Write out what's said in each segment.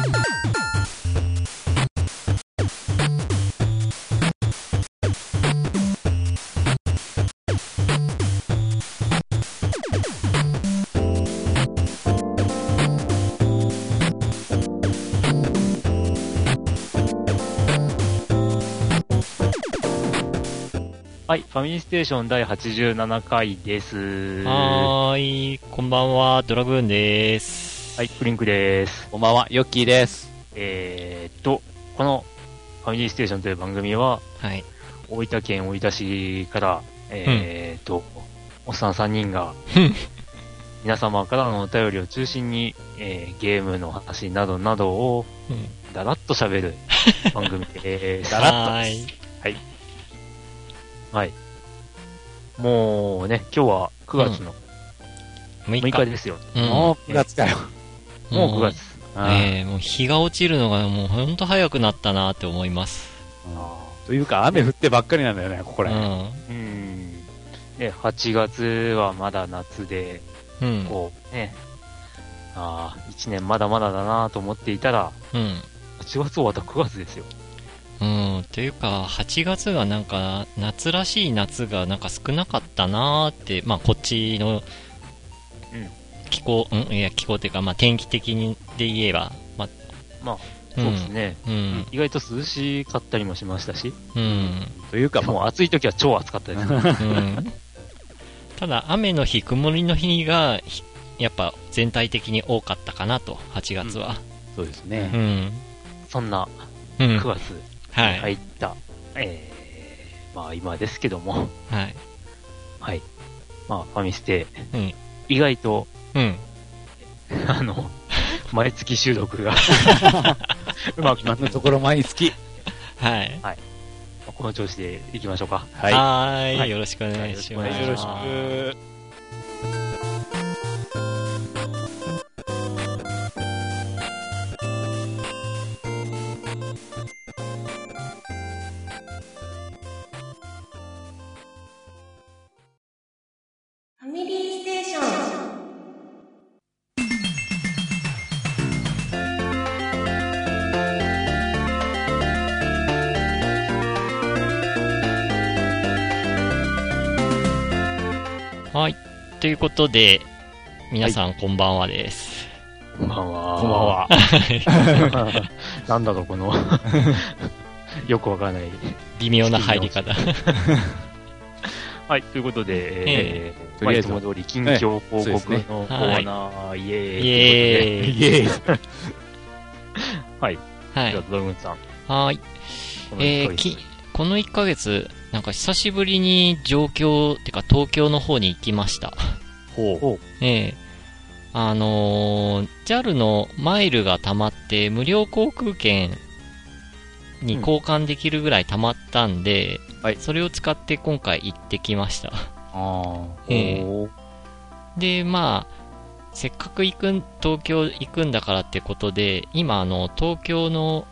はい、ファミリーステーション第87回です。 はーい、こんばんは、ドラグーンです。 はい、クリンクです。 こんばんは、ヨッキーです。 このファミリーステーションという番組は、 はい、 大分県大分市から、おっさん3人が、皆様からのお便りを中心に、ゲームの話などなどを、だらっと喋る番組です。 だらっとです。 はい。はい。もうね、今日は9月の6日ですよ。 もう9月かよ。 もう9月。 もう日が落ちるのがもうほんと早くなったなって思います。 というか雨降ってばっかりなんだよね、ここら辺。 で、8月はまだ夏で、こうね、1年まだまだだなと思っていたら、8月終わった9月ですよ。 というか、8月がなんか、夏らしい夏がなんか少なかったなーって、まあ、こっちの、気候、気候っていうか、まあ、天気的にで言えば、まあ、そうですね。意外と涼しかったりもしましたし、というか、もう暑い時は超暑かったです。 ただ、雨の日、曇りの日が、やっぱ全体的に多かったかなと、8月は。 そうですね。 そんな、9月。入った、まあ今ですけども、はい。まあファミステ、意外と、毎月収録がうまくなったところ毎月。はい。この調子でいきましょうか。 はい。よろしくお願いします。 よろしく。 はい。ということで、皆さんこんばんはです。 こんばんは。 こんばんは。なんだかこの、よくわからない。 微妙な入り方。 はい、ということで、とりあえずいつも通り近況報告のコーナー、イエーイ。イエーイ。はい。じゃあ、ドラグーンさん。 はい。この1ヶ月、なんか久しぶりに東京の方に行きました。JAL のマイルが溜まって、無料航空券に交換できるぐらい溜まったんで、それを使って今回行ってきました。で、まあ、せっかく東京行くんだからってことで、今東京の、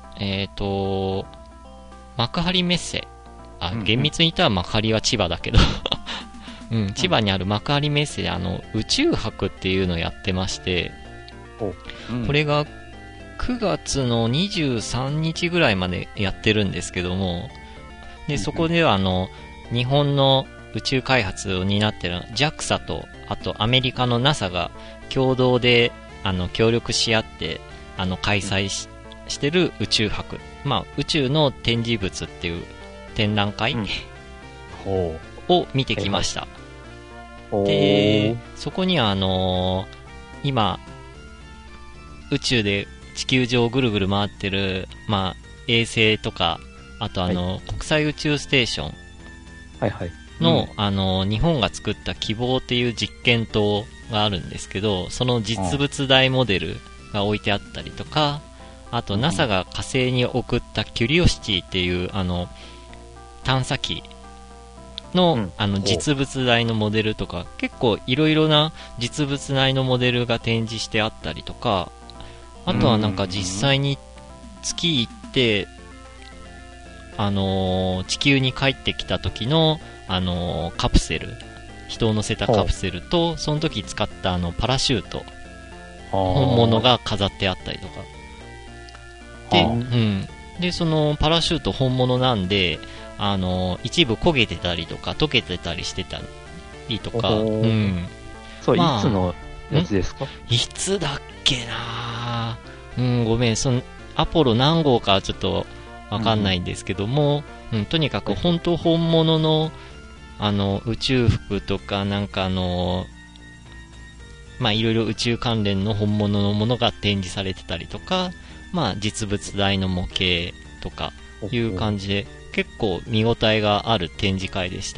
幕張メッセ。厳密に言ったら幕張は千葉だけど、千葉にある幕張メッセで宇宙博っていうのをやってまして、これが9月の23日ぐらいまでやってるんですけども、で、そこでは日本の宇宙開発を担ってる JAXA と、あとアメリカの NASA が共同で協力し合って開催してる宇宙博、まあ宇宙の展示物っていう展覧会、を見てきました。で、そこには今宇宙で地球上をぐるぐる回ってる、まあ衛星とか、あと国際宇宙ステーションの、日本が作った希望っていう実験棟があるんですけど、その実物大モデルが置いてあったりとか、あと NASA が火星に送ったキュリオシティっていう探査機の、実物大のモデルとか、結構いろいろな実物大のモデルが展示してあったりとか、あとはなんか実際に月行って、地球に帰ってきた時の、カプセル、人を乗せたカプセルと、その時使ったパラシュート、本物が飾ってあったりとか、 で、そのパラシュート本物なんで、一部焦げてたりとか、溶けてたりしてたりとか、 そう、いつのやつですか？ いつだっけなごめん、アポロ何号かちょっとわかんないんですけども、とにかく本物の、宇宙服とか、なんかいろいろ宇宙関連の本物のものが展示されてたりとか、実物大の模型とかいう感じで、結構見応えがある展示会でした。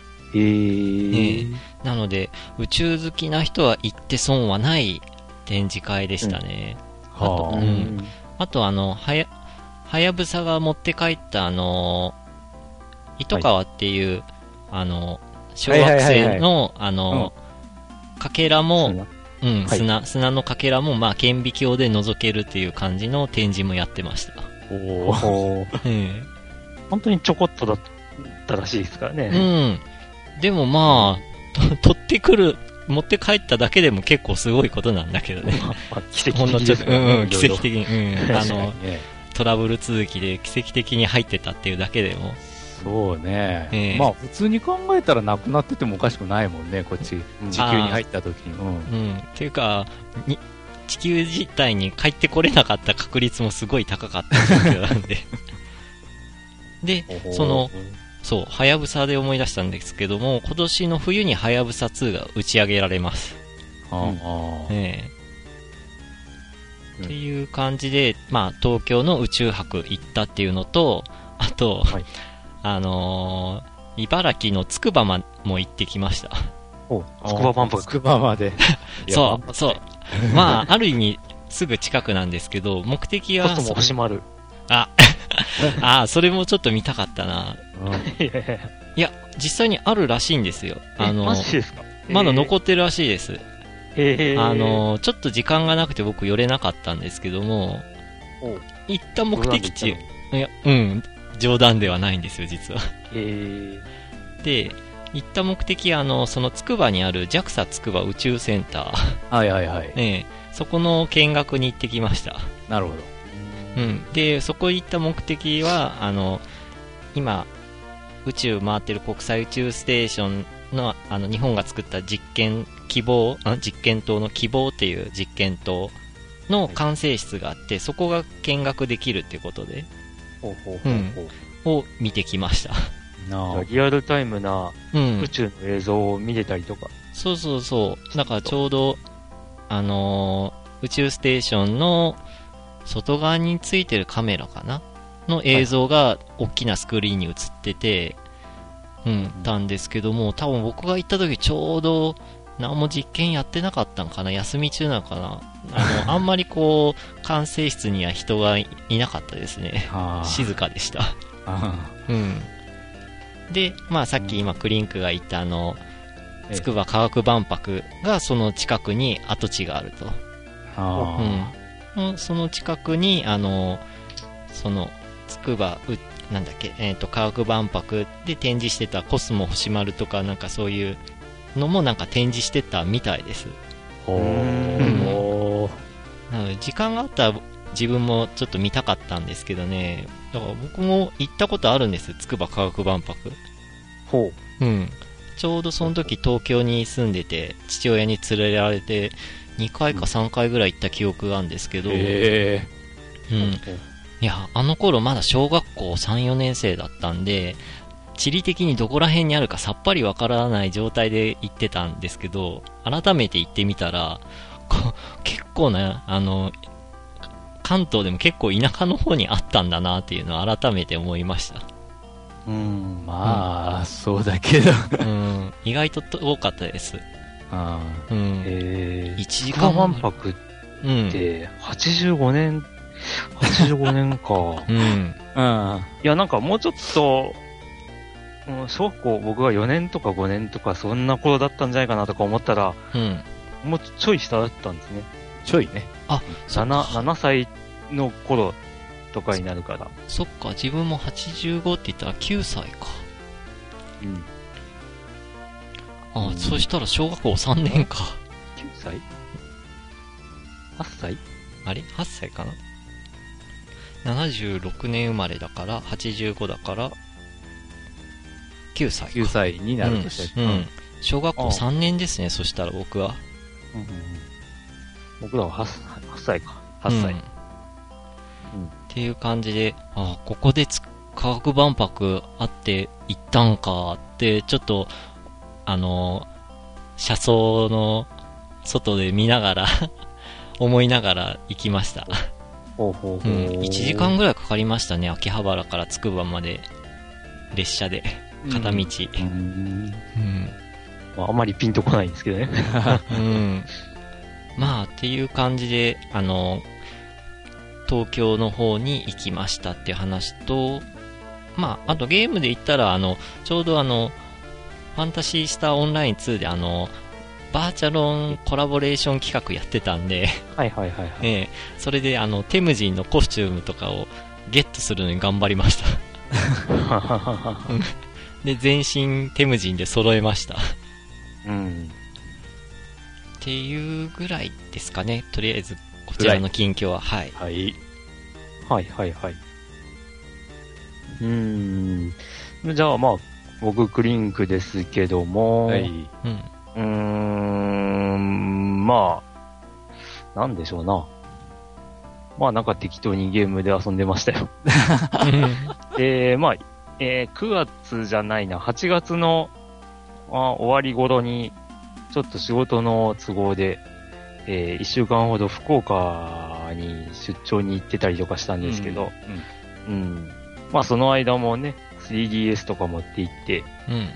なので、宇宙好きな人は行って損はない展示会でしたね。あと、はやぶさが持って帰った、糸川っていう、小惑星の、かけらも、砂のかけらも、顕微鏡で覗けるっていう感じの展示もやってました。 本当にちょこっとだったらしいですからね。 でも持って帰っただけでも結構すごいことなんだけどね。 奇跡的ですね。 奇跡的に。トラブル続きで奇跡的に入ってたっていうだけでも。 そうね。普通に考えたらなくなっててもおかしくないもんね、こっち。地球に入った時に。 っていうか、地球自体に帰ってこれなかった確率もすごい高かった状況なんで。で、はやぶさで思い出したんですけども、今年の冬にはやぶさ2が打ち上げられます。っていう感じで、東京の宇宙博行ったっていうのと、あと、茨城のつくばも行ってきました。 つくば万博。 つくばまで。 そう。ある意味、すぐ近くなんですけど、目的は。 コスモ星丸。 それもちょっと見たかったな。いや、実際にあるらしいんですよ。 マジですか？ まだ残ってるらしいです。ちょっと時間がなくて僕寄れなかったんですけども、行った目的地、いや、冗談ではないんですよ、実は。で、行った目的、そのつくばにある JAXA つくば宇宙センター。そこの見学に行ってきました。 なるほど。 で、そこ行った目的は、今、宇宙回ってる国際宇宙ステーションの、日本が作った実験棟の希望っていう実験棟の管制室があって、そこが見学できるってことで、を見てきました。 リアルタイムな宇宙の映像を見れたりとか。 そう。だからちょうど、宇宙ステーションの外側についてるカメラかなの映像が大きなスクリーンに映ってて、たんですけども、多分僕が行った時ちょうど何も実験やってなかったのかな、休み中なのかな。あんまり管制室には人がいなかったですね。静かでした。で、さっき今クリンクが言ったつくば科学万博がその近くに跡地があると。その近くに、そのつくば科学万博で展示してたコスモ星丸とかなんかそういうのもなんか展示してたみたいです。なので時間があったら自分もちょっと見たかったんですけどね。だから僕も行ったことあるんです、つくば科学万博。ちょうどその時東京に住んでて父親に連れられて2回か3回ぐらい行った記憶があるんですけど、いや、あの頃まだ小学校3、4年生だったんで、地理的にどこら辺にあるかさっぱりわからない状態で行ってたんですけど、改めて行ってみたら、結構ね、関東でも結構田舎の方にあったんだなっていうのを改めて思いました。 そうだけど。 意外と多かったです。 1時間万博って85年か。いや、なんかもうちょっと、小学校僕が4年とか5年とかそんな頃だったんじゃないかなとか思ったら、もうちょい下だったんですね。 ちょいね。 7歳の頃とかになるから。 そっか、自分も85って言ったら9歳か。そしたら小学校3年か。 9歳 ?8 歳あれ ?8 歳かな。 76年生まれだから、85だから、9歳。 9歳になるとしたら。 小学校3年ですね、そしたら僕は。 僕らは 8歳か。8歳。 っていう感じで、ここで科学万博あって行ったんかって、ちょっと、車窓の外で見ながら思いながら行きました。1時間ぐらいかかりましたね、秋葉原からつくばまで、列車で、片道。 あんまりピンとこないんですけどね。 まあ、っていう感じで、東京の方に行きましたっていう話と、まあ、あとゲームで言ったら、ちょうどファンタシースターオンライン2でバーチャロンコラボレーション企画やってたんで、それでテムジンのコスチュームとかをゲットするのに頑張りました。で、全身テムジンで揃えました。っていうぐらいですかね。とりあえず、こちらの近況は。はい。 はい。じゃあまあ、僕クリンクですけども、まあ、なんでしょうな。まあなんか適当にゲームで遊んでましたよ。まあ、9月じゃないな、8月の、終わり頃に、ちょっと仕事の都合で、1週間ほど福岡に出張に行ってたりとかしたんですけど、まあその間もね、3DS とか持って行って、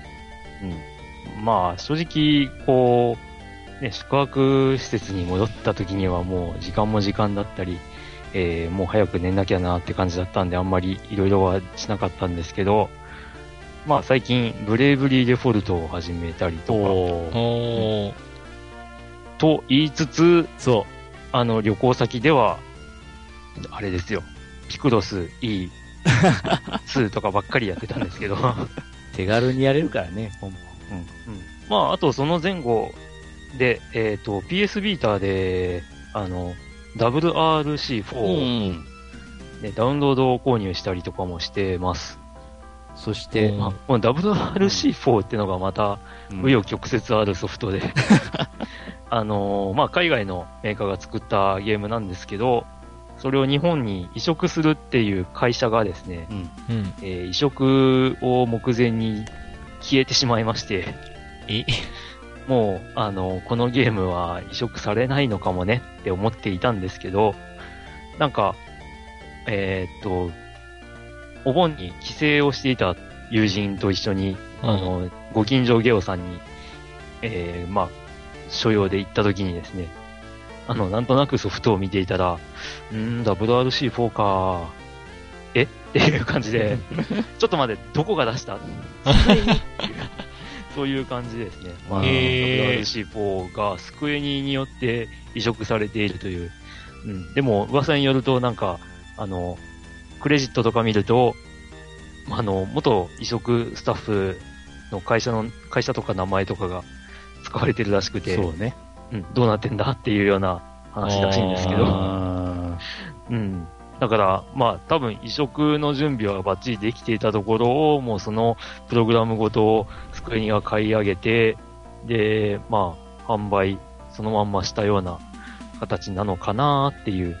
まあ正直、こう、ね、宿泊施設に戻った時にはもう時間も時間だったり、もう早く寝なきゃなって感じだったんであんまりいろいろはしなかったんですけど、まあ最近ブレイブリーデフォルトを始めたりとか、と言いつつ、旅行先では、あれですよ、ピクロス E2 とかばっかりやってたんですけど、 手軽にやれるからね、 まああとその前後で、PS ビーターで、WRC4 を、ダウンロード購入したりとかもしてます。そして、この WRC4 ってのがまた、紆余曲折あるソフトで、まあ、海外のメーカーが作ったゲームなんですけど、それを日本に移植するっていう会社がですね、移植を目前に消えてしまいまして、もう、このゲームは移植されないのかもねって思っていたんですけど、なんか、お盆に帰省をしていた友人と一緒に、ご近所ゲオさんに、まあ、所用で行った時にですね、なんとなくソフトを見ていたら、WRC4 か、っていう感じで、ちょっと待って、どこが出したそういう感じですね。まあ、WRC4 がスクエニによって移植されているという。でも、噂によると、なんか、クレジットとか見ると、元移植スタッフの会社とか名前とかが使われてるらしくて、どうなってんだっていうような話らしいんですけど、だから、まあ、多分移植の準備はバッチリできていたところを、もうそのプログラムごとスクエニが買い上げて、で、まあ、販売そのまんましたような形なのかなっていう、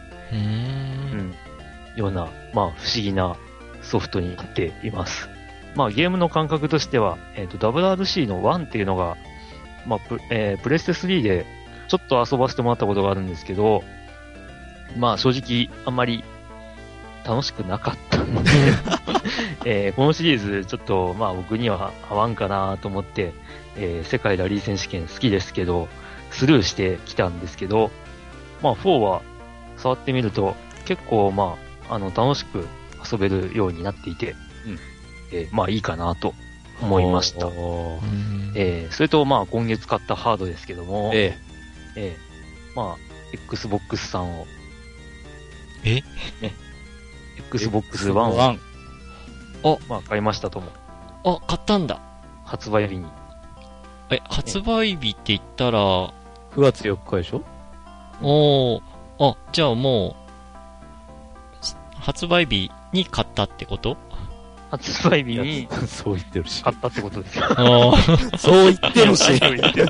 ような、まあ、不思議なソフトになっています。まあ、ゲームの感覚としては、WRC の1っていうのが、まあ、プレステ3でちょっと遊ばせてもらったことがあるんですけど、まあ、正直、あんまり楽しくなかったので、このシリーズ、ちょっと、まあ、僕には合わんかなと思って、世界ラリー選手権好きですけど、スルーしてきたんですけど、まあ、4は触ってみると、結構、まあ、楽しく遊べるようになっていて、まあいいかなと思いました。それとまあ今月買ったハードですけども、まあ Xbox さんを、Xbox One を、まあ買いましたとも。 買ったんだ。 発売日に。 発売日って言ったら、 9月4日でしょ？ じゃあもう、 発売日に買ったってこと？ 発売日に、 そう言ってるし。 買ったってことですよ。 そう言ってるし。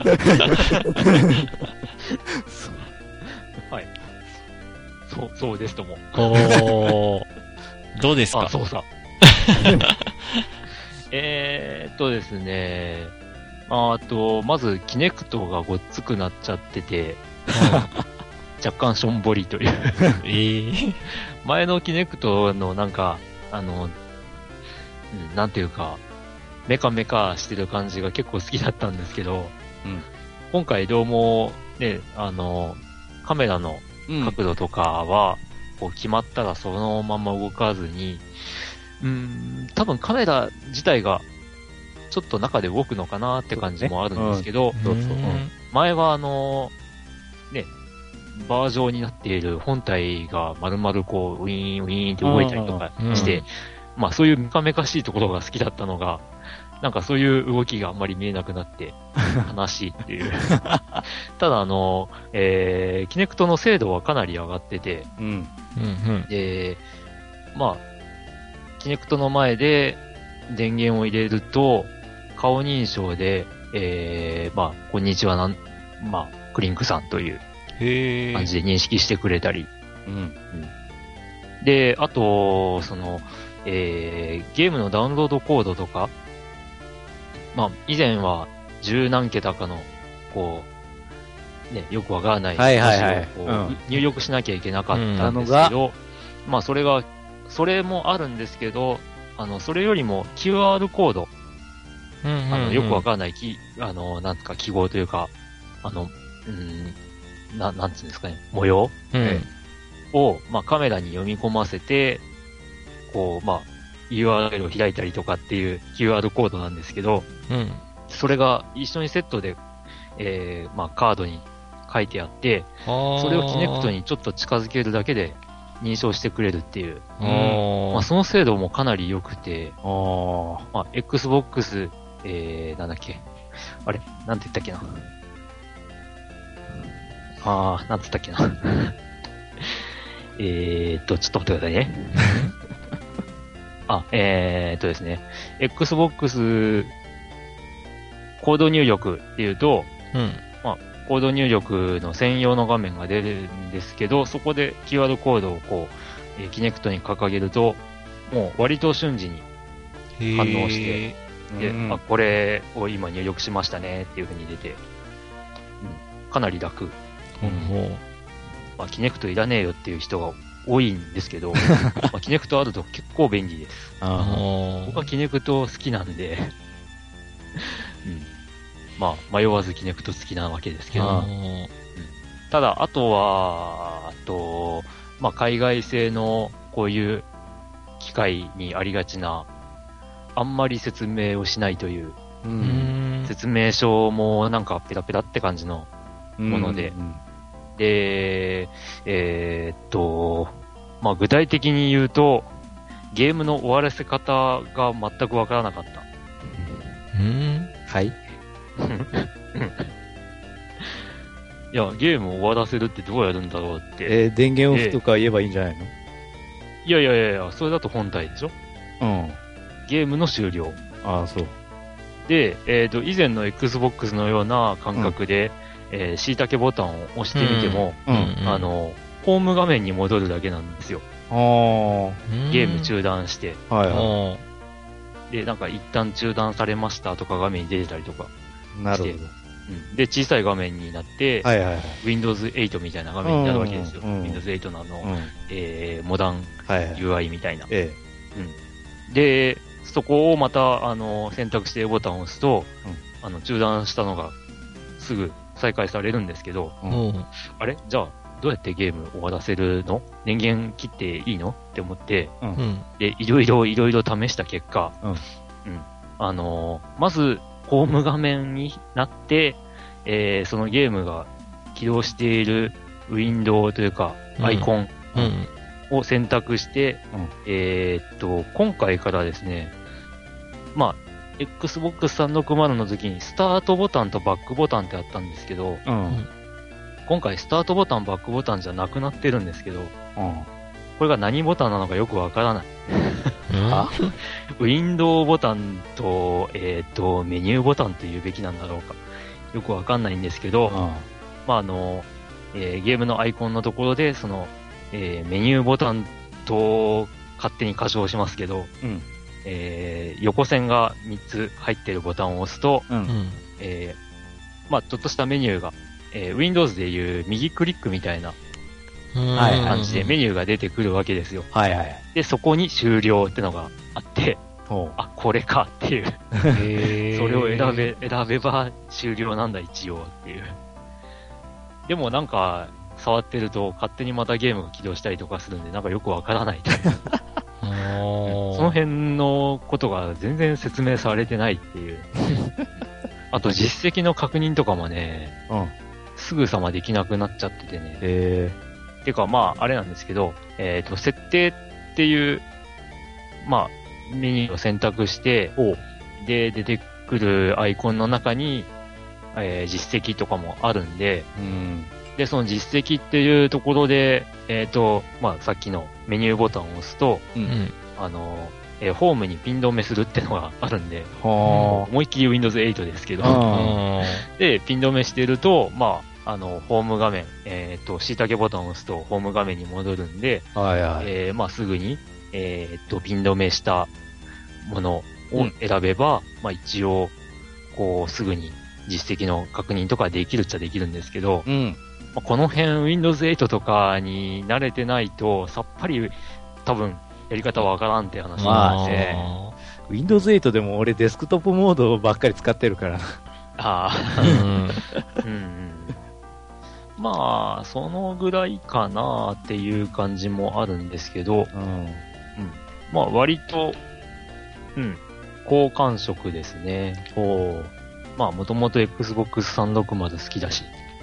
はい。そうですとも。 どうですか？ そうさ。ですね。まず、キネクトがごっつくなっちゃってて、若干しょんぼりという前のキネクトのなんか、なんていうか、メカメカしてる感じが結構好きだったんですけど、今回どうも、ね、カメラの角度とかは、こう決まったらそのまま動かずに、多分カメラ自体がちょっと中で動くのかなって感じもあるんですけど、前はね、バージョンになっている本体が丸々こう、ウィーンウィーンって動いたりとかして、まあそういうメカメカしいところが好きだったのが、なんかそういう動きがあんまり見えなくなって悲しいっていう。ただキネクトの精度はかなり上がってて、まあ、キネクトの前で電源を入れると、顔認証で、まあ、こんにちはまあ、クリンクさんという感じで認識してくれたり。で、あと、ゲームのダウンロードコードとか、まあ、以前は十何桁かの、こう、ね、よくわからない文字を入力しなきゃいけなかったんですけど、まあ、それもあるんですけど、それよりも QR コード、よくわからないなんつか記号というか、なんつうんですかね、模様、を、まあ、カメラに読み込ませて、こう、まあ、URL を開いたりとかっていう QR コードなんですけど、それが一緒にセットで、まあ、カードに書いてあって、それをキネクトにちょっと近づけるだけで認証してくれるっていう。まあ、その精度もかなり良くて、まあ、Xbox、なんだっけ。あれなんて言ったっけな。なんて言ったっけな。ちょっと待ってくださいね。ですね。Xbox コード入力っていうと、まあ、コード入力の専用の画面が出るんですけど、そこで QR コードをこう、キネクトに掲げると、もう割と瞬時に反応して、で、これを今入力しましたねっていう風に出て、かなり楽。まあ、キネクトいらねえよっていう人が多いんですけど、まあ、キネクトあると結構便利です。僕はキネクト好きなんで、まあ、迷わずキネクト好きなわけですけど、ただ、あと、まあ、海外製のこういう機械にありがちな、あんまり説明をしないという、説明書もなんかペラペラって感じのもので、で、まあ、具体的に言うと、ゲームの終わらせ方が全くわからなかった。 はい。 いや、ゲームを終わらせるってどうやるんだろうって。 電源オフとか言えばいいんじゃないの？ いや、それだと本体でしょ？ゲームの終了。 そう。 で、以前の Xbox のような感覚で、椎茸ボタンを押してみても、ホーム画面に戻るだけなんですよ。ゲーム中断して。で、なんか一旦中断されましたとか画面に出てたりとかして。 なるほど。 で、小さい画面になって、Windows 8みたいな画面になるわけですよ。Windows 8のモダン UI みたいな。で、そこをまた、選択して A ボタンを押すと、中断したのがすぐ再開されるんですけど、あれじゃあ、どうやってゲーム終わらせるの？電源切っていいのって思って、で、いろいろ試した結果、まず、ホーム画面になって、そのゲームが起動しているウィンドウというか、アイコンを選択して、今回からですね、まあ、Xbox 360の時にスタートボタンとバックボタンってあったんですけど、今回スタートボタン、バックボタンじゃなくなってるんですけど、 これが何ボタンなのかよくわからない。ウィンドウボタンと、メニューボタンというべきなんだろうか。よくわかんないんですけど、まあ、ゲームのアイコンのところで、その、メニューボタンと勝手に仮称しますけど、横線が3つ入ってるボタンを押すと、まあ、ちょっとしたメニューが、Windows でいう右クリックみたいな感じでメニューが出てくるわけですよ。で、そこに終了ってのがあって、あ、これかっていう。それを選べば終了なんだ一応っていう。でもなんか、触ってると勝手にまたゲームが起動したりとかするんで、なんかよくわからないという。その辺のことが全然説明されてないっていう。あと実績の確認とかもね、すぐさまできなくなっちゃっててね。てかまあ、あれなんですけど、設定っていう、まあ、メニューを選択して、で、出てくるアイコンの中に、実績とかもあるんで、で、その実績っていうところで、まあ、さっきのメニューボタンを押すと、ホームにピン止めするってのがあるんで、思いっきり Windows 8ですけど、で、ピン止めしてると、まあ、ホーム画面、椎茸ボタンを押すとホーム画面に戻るんで、まあ、すぐに、ピン止めしたものを選べば、まあ、一応、こう、すぐに実績の確認とかできるっちゃできるんですけど、まあ、この辺 Windows 8とかに慣れてないと、さっぱり多分やり方わからんって話なんで、ね。 Windows 8でも俺デスクトップモードばっかり使ってるから。 まあ、そのぐらいかなっていう感じもあるんですけど、まあ割と、好感触ですね。まあもともと Xbox 360好きだし。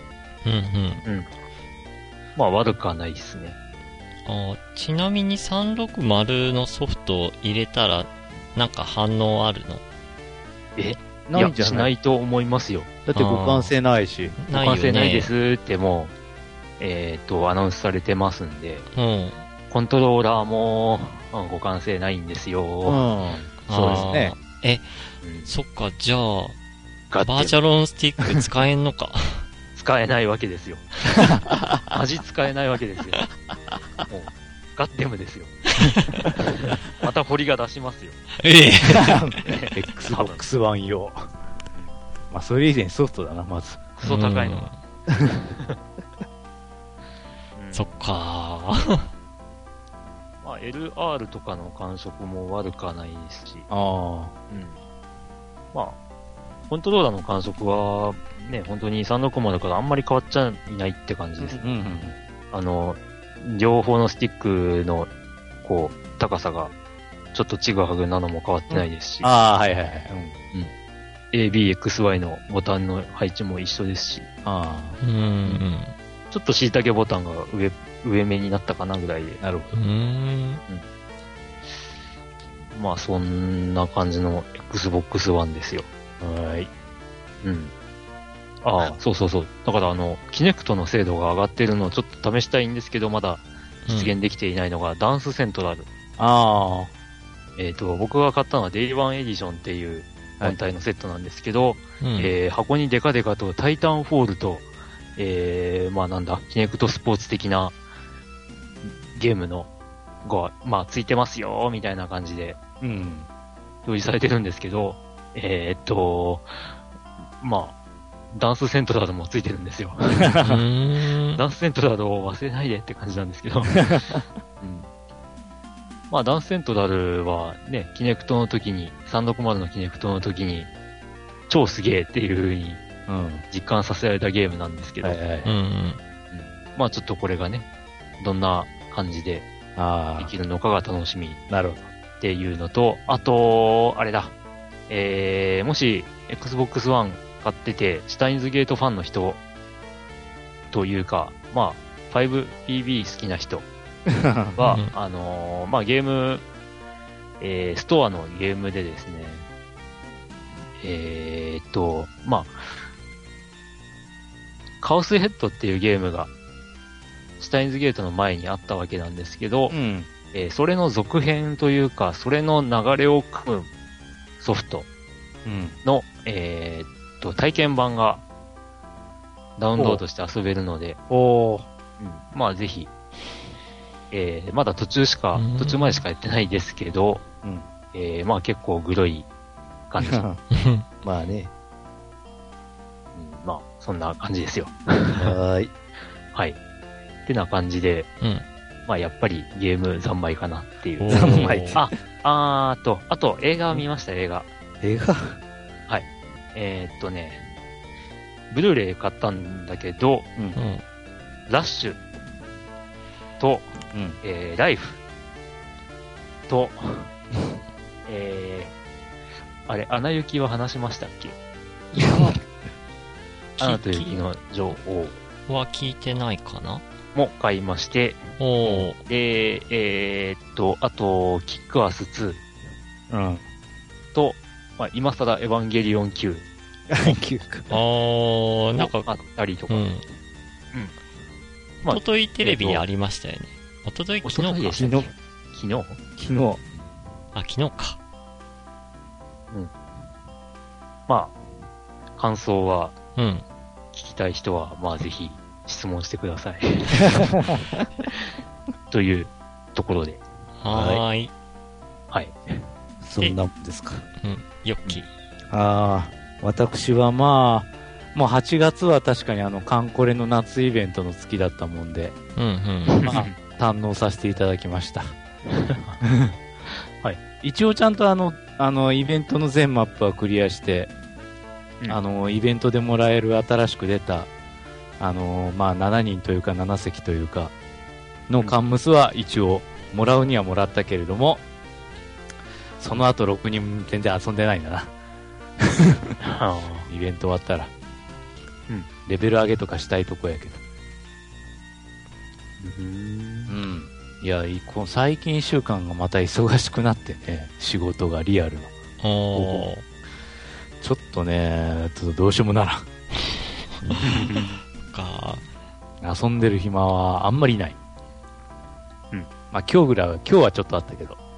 まあ悪くはないですね。 ちなみに360のソフトを入れたら、なんか反応あるの？ ないんじゃない？ しないと思いますよ。 だって互換性ないし。 互換性ないですってもう、アナウンスされてますんで、コントローラーも、互換性ないんですよ。 そうですね。 そっか、じゃあ、バーチャロンスティック使えんのか。 使えないわけですよ。マジ使えないわけですよ。もう、ガッテムですよ。また堀が出しますよ。 Xbox One 用。まあ、それ以前ソフトだな、まず。 クソ高いのが。 そっかー。 まあ、LR とかの感触も悪くはないですし。まあ、コントローラーの感触は、ね、本当に360だからあんまり変わっちゃいないって感じです。両方のスティックの、こう、高さが、ちょっとちぐはぐなのも変わってないですし。ABXY のボタンの配置も一緒ですし。ちょっと椎茸ボタンが上目になったかなぐらいで。 なるほど。 まあ、そんな感じの Xbox One ですよ。そうそうそう。だからキネクトの精度が上がってるのをちょっと試したいんですけど、まだ実現できていないのが、ダンスセントラル。僕が買ったのは Day1 エディションっていう本体のセットなんですけど、箱にデカデカとタイタンフォールと、まあなんだ、キネクトスポーツ的なゲームのが、まあついてますよ、みたいな感じで、表示されてるんですけど、まあ、ダンスセントラルもついてるんですよ。ダンスセントラルを忘れないでって感じなんですけど。まあ、ダンスセントラルはね、キネクトの時に、360のキネクトの時に、超すげえっていう風に、実感させられたゲームなんですけど。まあ、ちょっとこれがね、どんな感じでできるのかが楽しみ。っていうのと、あと、あれだ。もし、Xbox One 買ってて、シュタインズゲートファンの人、というか、まあ、5PB 好きな人は、まあ、ゲーム、ストアのゲームでですね、まあ、カオスヘッドっていうゲームがシュタインズゲートの前にあったわけなんですけど、それの続編というか、それの流れを組むソフトの、体験版がダウンロードして遊べるので、まあぜひ、まだ途中までしかやってないですけど、まあ結構グロい感じ。 まあね。 まあ、そんな感じですよ。 はい。 はい。ってな感じで、まあやっぱりゲーム三昧かなっていう。 三昧って。 あと映画を見ました、映画。 映画？ はい。ブルーレイ買ったんだけど、ラッシュと、ライフと、あれ、アナ雪は話しましたっけ？ いや、 アナと雪の女王は聞いてないかな？ も買いまして、で、あと、キックアス2と、まあ、今更エヴァンゲリオン9。 なんか、 あったりとか。 おとといテレビにありましたよね。おととい、昨日か。 昨日。 あ、昨日か。 まあ、感想は、聞きたい人は、まあぜひ質問してください。というところで。 はい。 そんなもんですか。 よっき。 私はまあ、もう8月は確かにカンコレの夏イベントの月だったもんで、まあ、堪能させていただきました。一応ちゃんとイベントの全マップはクリアして、イベントでもらえる新しく出た、まあ、7人というか7席というか、のカンムスは一応、もらうにはもらったけれども、その後6人全然遊んでないんだな。イベント終わったら。レベル上げとかしたいとこやけど。いや、最近1週間がまた忙しくなってね、仕事がリアルの。ちょっとね、どうしようもならん。遊んでる暇はあんまりない。まあ今日はちょっとあったけど。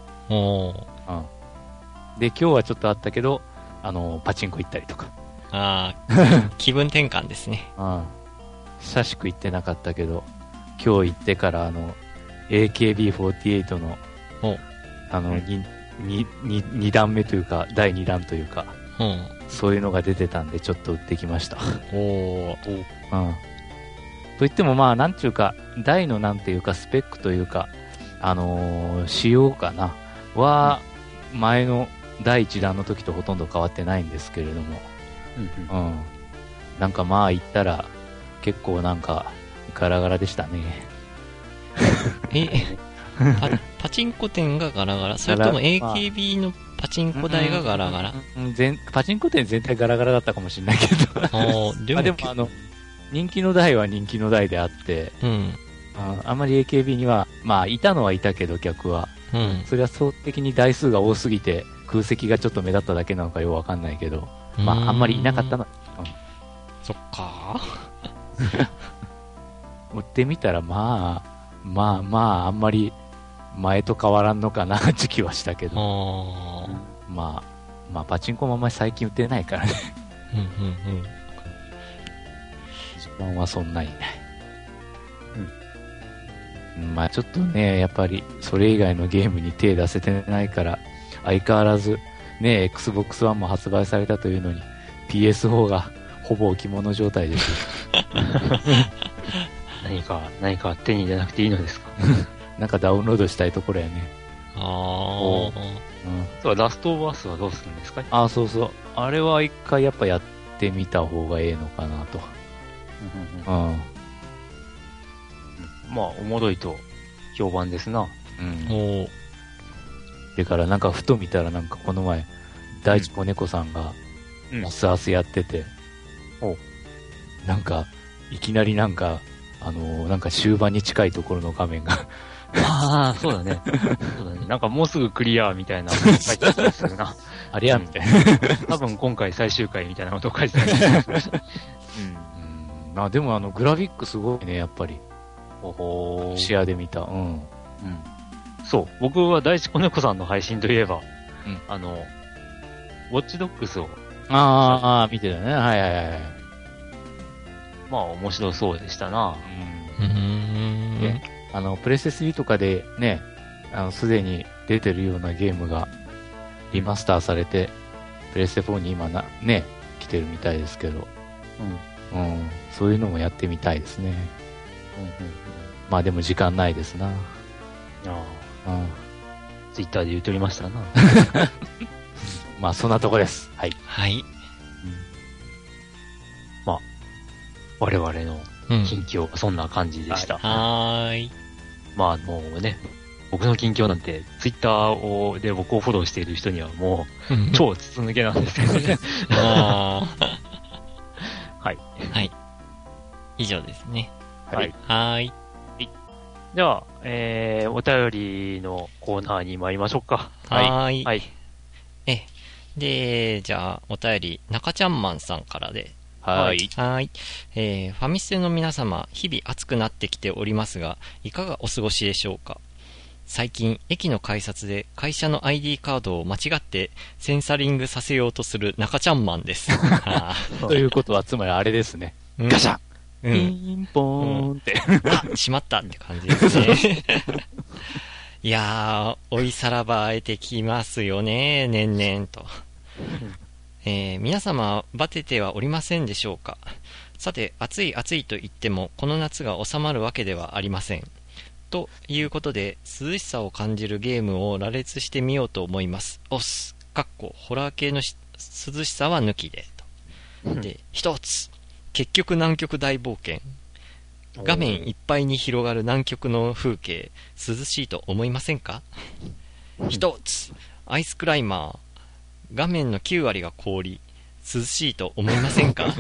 で、今日はちょっとあったけど、パチンコ行ったりとか。 気分転換ですね。 久しく行ってなかったけど、今日行ってからAKB48 の、2段目というか、第2弾というか、そういうのが出てたんで、ちょっと売ってきました。と言ってもまあ、なんちゅうか、台のなんていうか、スペックというか、仕様かな、は、前の第1弾の時とほとんど変わってないんですけれども、なんかまあ言ったら、結構なんか、ガラガラでしたね。 パチンコ店がガラガラ？それとも AKB のパチンコ台がガラガラ？ パチンコ店全体ガラガラだったかもしれないけど。でも人気の台は人気の台であって、あんまり AKB には、まあいたのはいたけど客は。それは相的に台数が多すぎて、空席がちょっと目立っただけなのかよくわかんないけど、まああんまりいなかったの。 そっか売ってみたらまああんまり前と変わらんのかな時期はしたけど、まあパチンコもあんまり最近売ってないからね。時間はそんなにない。まあちょっとね、やっぱりそれ以外のゲームに手出せてないから、相変わらずね、Xbox One も発売されたというのに PS4 がほぼ置物状態です。 何か手に入れなくていいのですか？ なんかダウンロードしたいところやね。 そう、ラストオブアスはどうするんですか？ そうそう。あれは一回やっぱやってみた方がええのかなと。 まあ、おもろいと評判ですな。 だからなんかふと見たらなんかこの前、大地子猫さんが、マスアスやってて、なんか、いきなりなんか終盤に近いところの画面がそうだね。なんかもうすぐクリアみたいな書いてあったりするな。 あれやみたいな。 多分今回最終回みたいなことを書いてたりしました。 でもグラフィックすごいね、やっぱり。 視野で見た。うん。うん。 そう。僕は大地子猫さんの配信といえば、うん、ウォッチドッグスを。 見てたね。はいはいはい。 まあ、面白そうでしたな。 プレステ3とかでね、すでに出てるようなゲームがリマスターされて、プレステ4に今ね、来てるみたいですけど、うん。そういうのもやってみたいですね。まあでも時間ないですな。 ツイッターで言うとりましたな。 まあそんなとこです。はい。 はい。 まあ、我々の近況、そんな感じでした。 はい。 まあもうね、僕の近況なんて、ツイッターで僕をフォローしている人にはもう、超筒抜けなんですけどね。はい。 はい。以上ですね。 はい。 はい。 じゃあ、お便りのコーナーに参りましょうか。 はい。はい。で、じゃあ、お便り、中ちゃんマンさんからで。 はい。 はい。ファミステの皆様、日々暑くなってきておりますが、いかがお過ごしでしょうか。最近、駅の改札で会社の ID カードを間違ってセンサリングさせようとする中ちゃんマンです。 ということは、つまりあれですね。ガシャンピンポーンって。 あ、しまったって感じですね。いやー、追いさらばえてきますよね、年々と。皆様、バテてはおりませんでしょうか。さて、暑い暑いと言っても、この夏が収まるわけではありません。ということで、涼しさを感じるゲームを羅列してみようと思います。ホラー系の涼しさは抜きで。で、一つ。結局南極大冒険。画面いっぱいに広がる南極の風景、涼しいと思いませんか。一つ。アイスクライマー。画面の9割が氷、涼しいと思いませんか。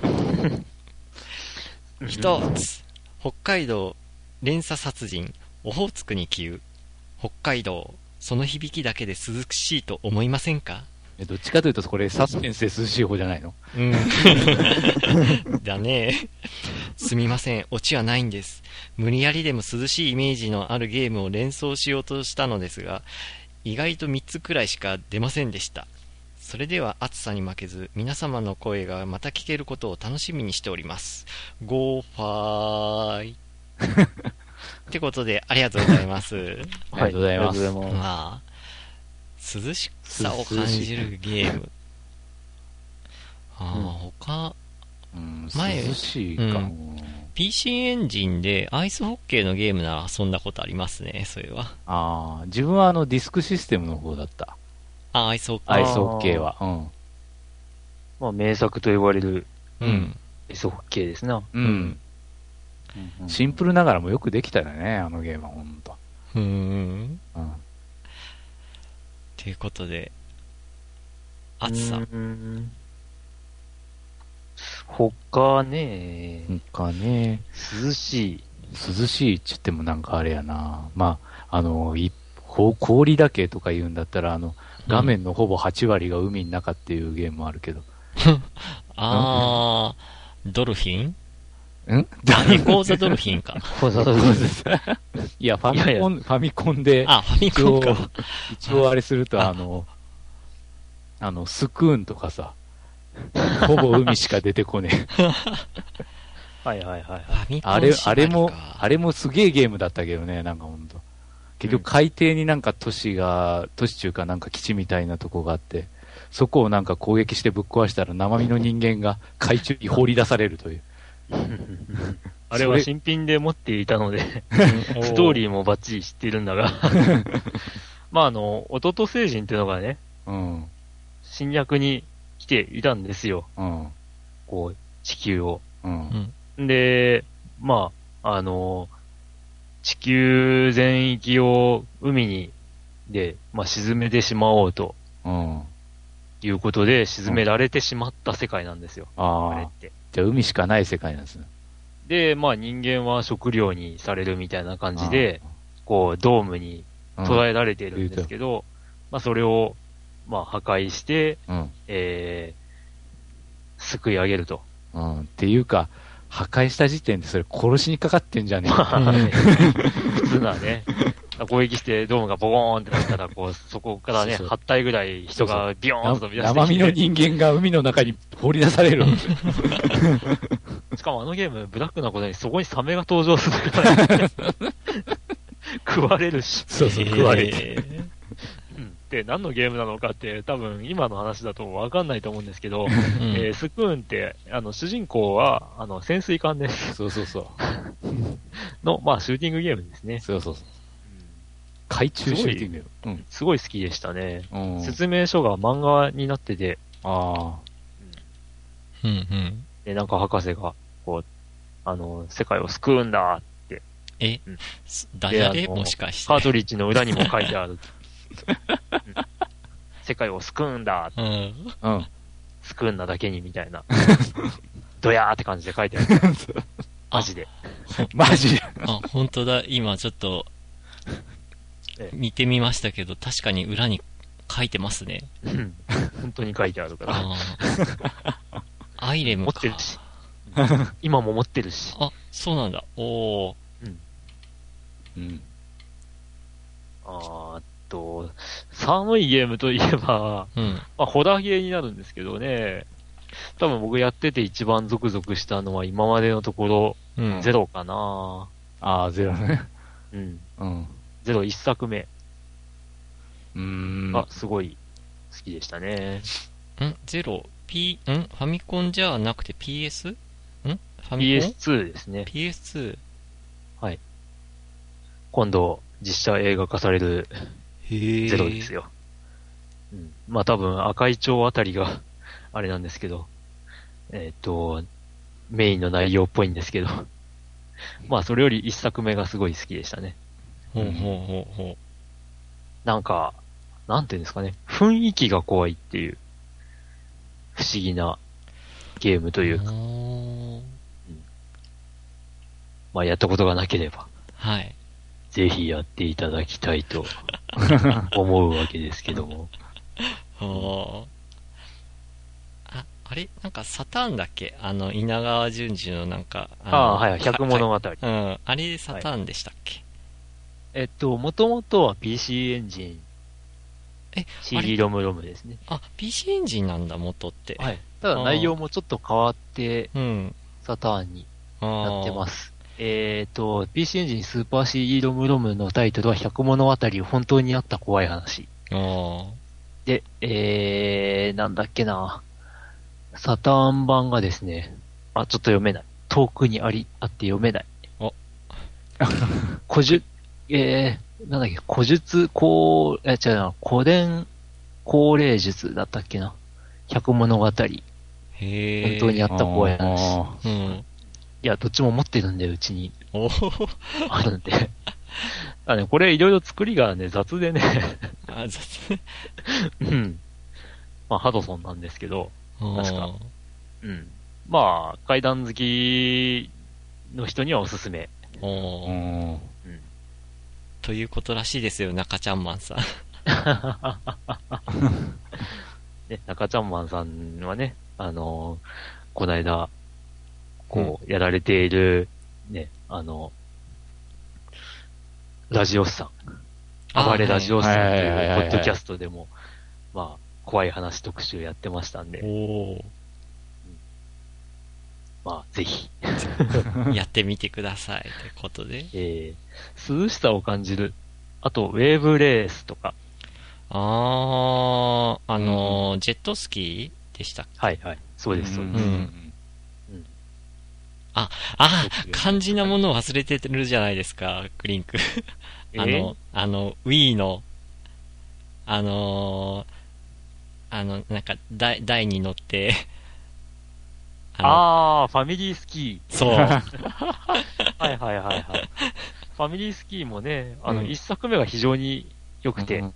一つ。北海道連鎖殺人、オホーツクに急。北海道、その響きだけで涼しいと思いませんか。 どっちかというとこれサスペンスで涼しい方じゃないの。 だね。すみません、オチはないんです。無理やりでも涼しいイメージのあるゲームを連想しようとしたのですが、意外と3つくらいしか出ませんでした。それでは暑さに負けず、皆様の声がまた聞けることを楽しみにしております。ゴーファーイ。ってことで、ありがとうございます。 ありがとうございます。 まあ、涼しさを感じるゲーム。他、 前、涼しいか、 PC エンジンでアイスホッケーのゲームなら遊んだことありますね、それは。 自分はディスクシステムの方だった。 アイスホッケー。 アイスホッケーは。 まあ、名作と言われる、アイスホッケーですな。 シンプルながらもよくできたよね、あのゲームは、ほんと。 ということで、暑さ。 他ね、涼しいって言ってもなんかあれやな。まあ、氷だけとか言うんだったら、画面のほぼ8割が海の中っていうゲームもあるけど。 ドルフィンエコーザドルフィンか。 いや、ファミコンで、一応あれすると、スクーンとかさ、ほぼ海しか出てこねえ。あれもすげえゲームだったけどね、なんかほんと。結局海底になんか都市中かなんか基地みたいなとこがあって、そこをなんか攻撃してぶっ壊したら生身の人間が海中に放り出されるという。 あれは新品で持っていたので、ストーリーもバッチリ知っているんだが。まあ弟星人っていうのがね、侵略に来ていたんですよ。こう、地球を。で、まあ、地球全域を海で、まあ、沈めてしまおうと。いうことで、沈められてしまった世界なんですよ。あれって。 じゃあ海しかない世界なんですね。 で、まあ人間は食料にされるみたいな感じで、こう、ドームに捉えられているんですけど、まあそれを、まあ破壊して、救い上げると。 っていうか、 破壊した時点でそれ殺しにかかってんじゃねえか。 普通なね、攻撃してドームがボコーンってなったら、こう、そこからね、8体ぐらい人がビヨーンと飛び出してきて。 生身の人間が海の中に放り出される。 しかもあのゲーム、ブラックなことにそこにサメが登場するから、ね、食われるし。 そうそう、食われて。 で、何のゲームなのかって多分今の話だと分かんないと思うんですけど、スプーンって、主人公は、潜水艦です。 そうそうそう。 の、まあ、シューティングゲームですね。 そうそうそう。海中シューティングゲーム。 すごい好きでしたね。説明書が漫画になってて、で、なんか博士が、こう、世界を救うんだって。 ダジャレもしかして。 カートリッジの裏にも書いてある。世界を救うんだって。救うんだだけにみたいな。ドヤーって感じで書いてある。マジで。 マジで。 あ、本当だ。今ちょっと、見てみましたけど、確かに裏に書いてますね。 本当に書いてあるから。 アイレムか。 持ってるし。今も持ってるし。 あ、そうなんだ。おー。 寒いゲームといえば、まあ、ホラーゲーになるんですけどね。多分僕やってて一番ゾクゾクしたのは今までのところ、ゼロかな。 ゼロね。 ゼロ一作目。すごい好きでしたね。 ゼロ、ファミコンじゃなくて PS？ ファミコン PS2 ですね。 PS2。 はい。今度、実写映画化されるゼロですよ。まあ多分赤い蝶あたりがあれなんですけど、メインの内容っぽいんですけど、まあそれより一作目がすごい好きでしたね。なんか、なんていうんですかね、雰囲気が怖いっていう、不思議なゲームというか、まあやったことがなければ、 はい。 ぜひやっていただきたいと思うわけですけども。 あれなんかサターンだっけ稲川淳二のなんか。 はい、百物語。 あれサターンでしたっけ？ もともとは PC エンジン。CD ロムロムですね。 PC エンジンなんだ、元って。 はい。ただ内容もちょっと変わって、サターンになってます。PC エンジンスーパー CD ロムロムのタイトルは百物語本当にあった怖い話。で、なんだっけな。サターン版がですね、ちょっと読めない。遠くにあって読めない。なんだっけ、古伝高齢術だったっけな。百物語。本当にあった怖い話。いや、どっちも持ってるんで、うちに。あるんで。これいろいろ作りがね、雑でね。 雑まあ、ハドソンなんですけど、確か。まあ、怪談好きの人にはおすすめ。 ということらしいですよ、中ちゃんマンさん。 ね、中ちゃんマンさんはね、こないだ、やられている、ね、ラジオスさん。暴れラジオスさんというポッドキャストでも、まあ、怖い話特集やってましたんで。まあ、ぜひ。 やってみてください。ということで。 涼しさを感じる。あと、ウェーブレースとか。 ジェットスキーでしたっけ？ はいはい。そうです、そうです。 肝心なものを忘れてるじゃないですか、クリンク。Wii の、なんか、台に乗って、 ファミリースキー。そう。 はいはいはいはい。ファミリースキーもね、一作目が非常に良くて、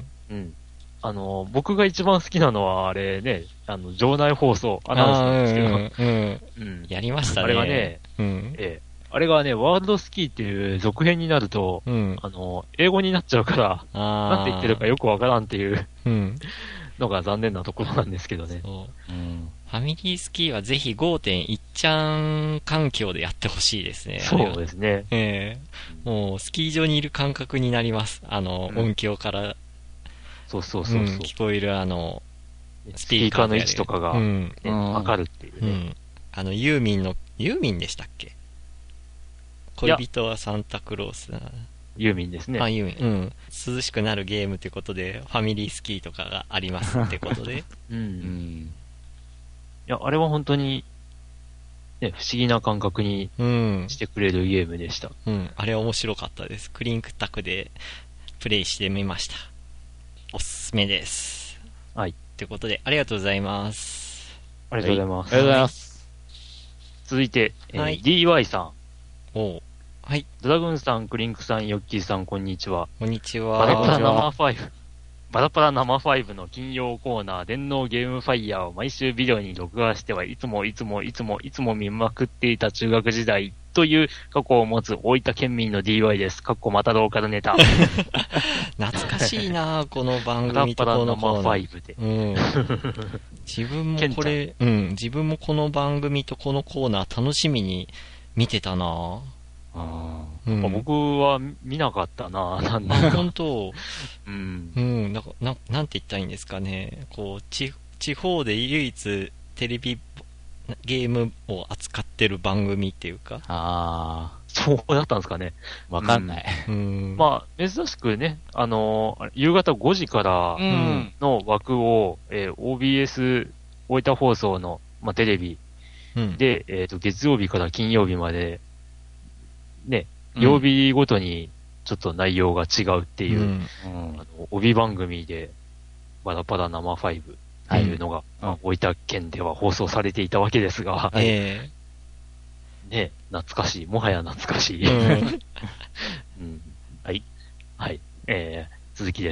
僕が一番好きなのは、あれね、場内放送、アナウンスなんですけど、 やりましたね。 あれがね、あれがね、ワールドスキーっていう続編になると、英語になっちゃうから、なんて言ってるかよくわからんっていうのが残念なところなんですけどね。 ファミリースキーはぜひ 5.1 ちゃん環境でやってほしいですね。 そうですね。 もうスキー場にいる感覚になります。音響から。 そう。 聞こえるスピーカーの位置とかが、わかるっていうね。 ユーミンでしたっけ？恋人はサンタクロース。 ユーミンですね。 ユーミン。涼しくなるゲームということで、ファミリースキーとかがありますってことで。 いや、あれは本当に、ね、不思議な感覚にしてくれるゲームでした。 あれは面白かったです。クリンクタクでプレイしてみました。おすすめです。 はい。 ということで、ありがとうございます。 ありがとうございます。 ありがとうございます。 続いて、DY さん。はい。ドラグーンさん、クリンクさん、ヨッキーさん、こんにちは。 こんにちは。 バラパラ生5。バラパラ生5の金曜コーナー、電脳ゲームファイヤーを毎週ビデオに録画してはいつも見まくっていた中学時代という過去を持つ大分県民の DY です。またローカルネタ。 懐かしいなこの番組とこのコーナー。 バラパラ生5で。 自分もこの番組とこのコーナー楽しみに見てたな僕は見なかったな本当。なんて言ったらいいんですかね。地方で唯一テレビゲームを扱ってる番組っていうか。 そうだったんですかね。 わかんない。 まあ、珍しくね、夕方5時からの枠を、OBS 大分放送の、テレビで、月曜日から金曜日まで、ね、曜日ごとにちょっと内容が違うっていう、帯番組で、バラパラ生5っていうのが、大分県では放送されていたわけですが、ね、懐かしい。もはや懐かしい。はい。続きです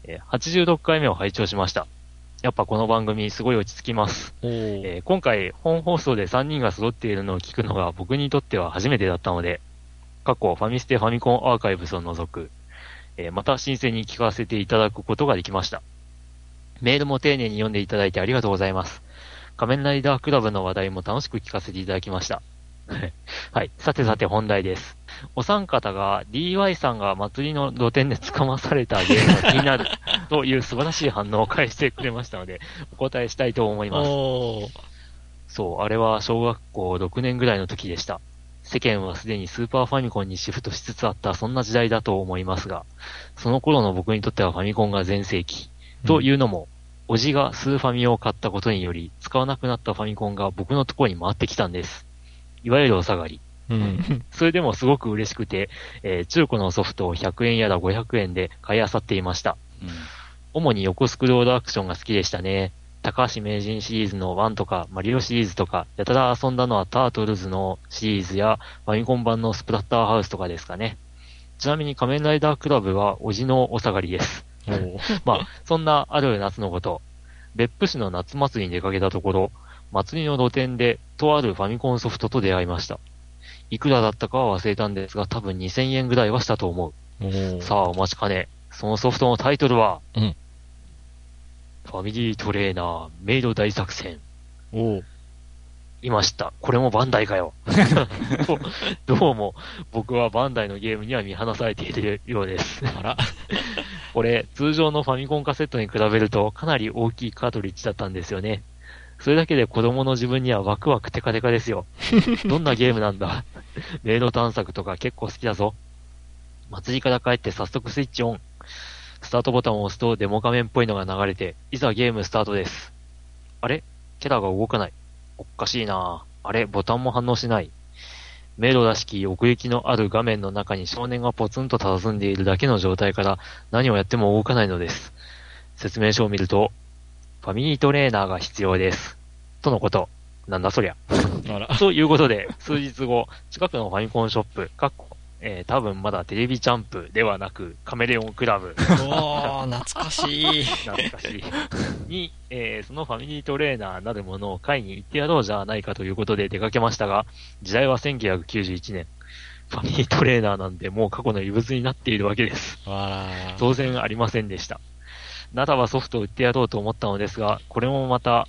。86回目を拝聴しました。やっぱこの番組すごい落ち着きます。今回本放送で3人が揃っているのを聞くのが僕にとっては初めてだったので、過去ファミステファミコンアーカイブスを除く、また新鮮に聞かせていただくことができました。メールも丁寧に読んでいただいてありがとうございます。仮面ライダークラブの話題も楽しく聞かせていただきました。はい。さて本題です。お三方が DY さんが祭りの露店で捕まされたゲームが気になるという素晴らしい反応を返してくれましたので、お答えしたいと思います。そう、あれは小学校6年ぐらいの時でした。世間はすでにスーパーファミコンにシフトしつつあったそんな時代だと思いますが、その頃の僕にとってはファミコンが全盛期。というのも、おじがスーファミを買ったことにより、使わなくなったファミコンが僕のところに回ってきたんです。いわゆるお下がり。それでもすごく嬉しくて、中古のソフトを100円やら500円で買い漁っていました。主に横スクロールアクションが好きでしたね。高橋名人シリーズの1とか、マリオシリーズとか、やたら遊んだのはタートルズのシリーズや、ファミコン版のスプラッターハウスとかですかね。ちなみに仮面ライダークラブは、おじのお下がりです。そんなある夏のこと、別府市の夏祭りに出かけたところ、祭りの露店で、とあるファミコンソフトと出会いました。いくらだったかは忘れたんですが、多分2000円ぐらいはしたと思う。さあ、お待ちかね。そのソフトのタイトルは、ファミリートレーナー、メイド大作戦。いました。これもバンダイかよ。どうも、僕はバンダイのゲームには見放されているようです。これ、通常のファミコンカセットに比べるとかなり大きいカートリッジだったんですよね。それだけで子供の自分にはワクワクテカテカですよ。どんなゲームなんだ。メイド探索とか結構好きだぞ。祭りから帰って早速スイッチオン。スタートボタンを押すとデモ画面っぽいのが流れて、いざゲームスタートです。あれ？キャラが動かない。おかしいなぁ。あれ？ボタンも反応しない。迷路らしき奥行きのある画面の中に少年がポツンと佇んでいるだけの状態から何をやっても動かないのです。説明書を見ると、ファミリートレーナーが必要です。とのこと。なんだそりゃ。ということで、数日後、近くのファミコンショップ、多分まだテレビジャンプではなく、カメレオンクラブ。 懐かしい。 懐かしい。に、そのファミリートレーナーなるものを買いに行ってやろうじゃないかということで出かけましたが、時代は1991年。ファミリートレーナーなんでもう過去の遺物になっているわけです。当然ありませんでした。ならばソフトを売ってやろうと思ったのですが、これもまた、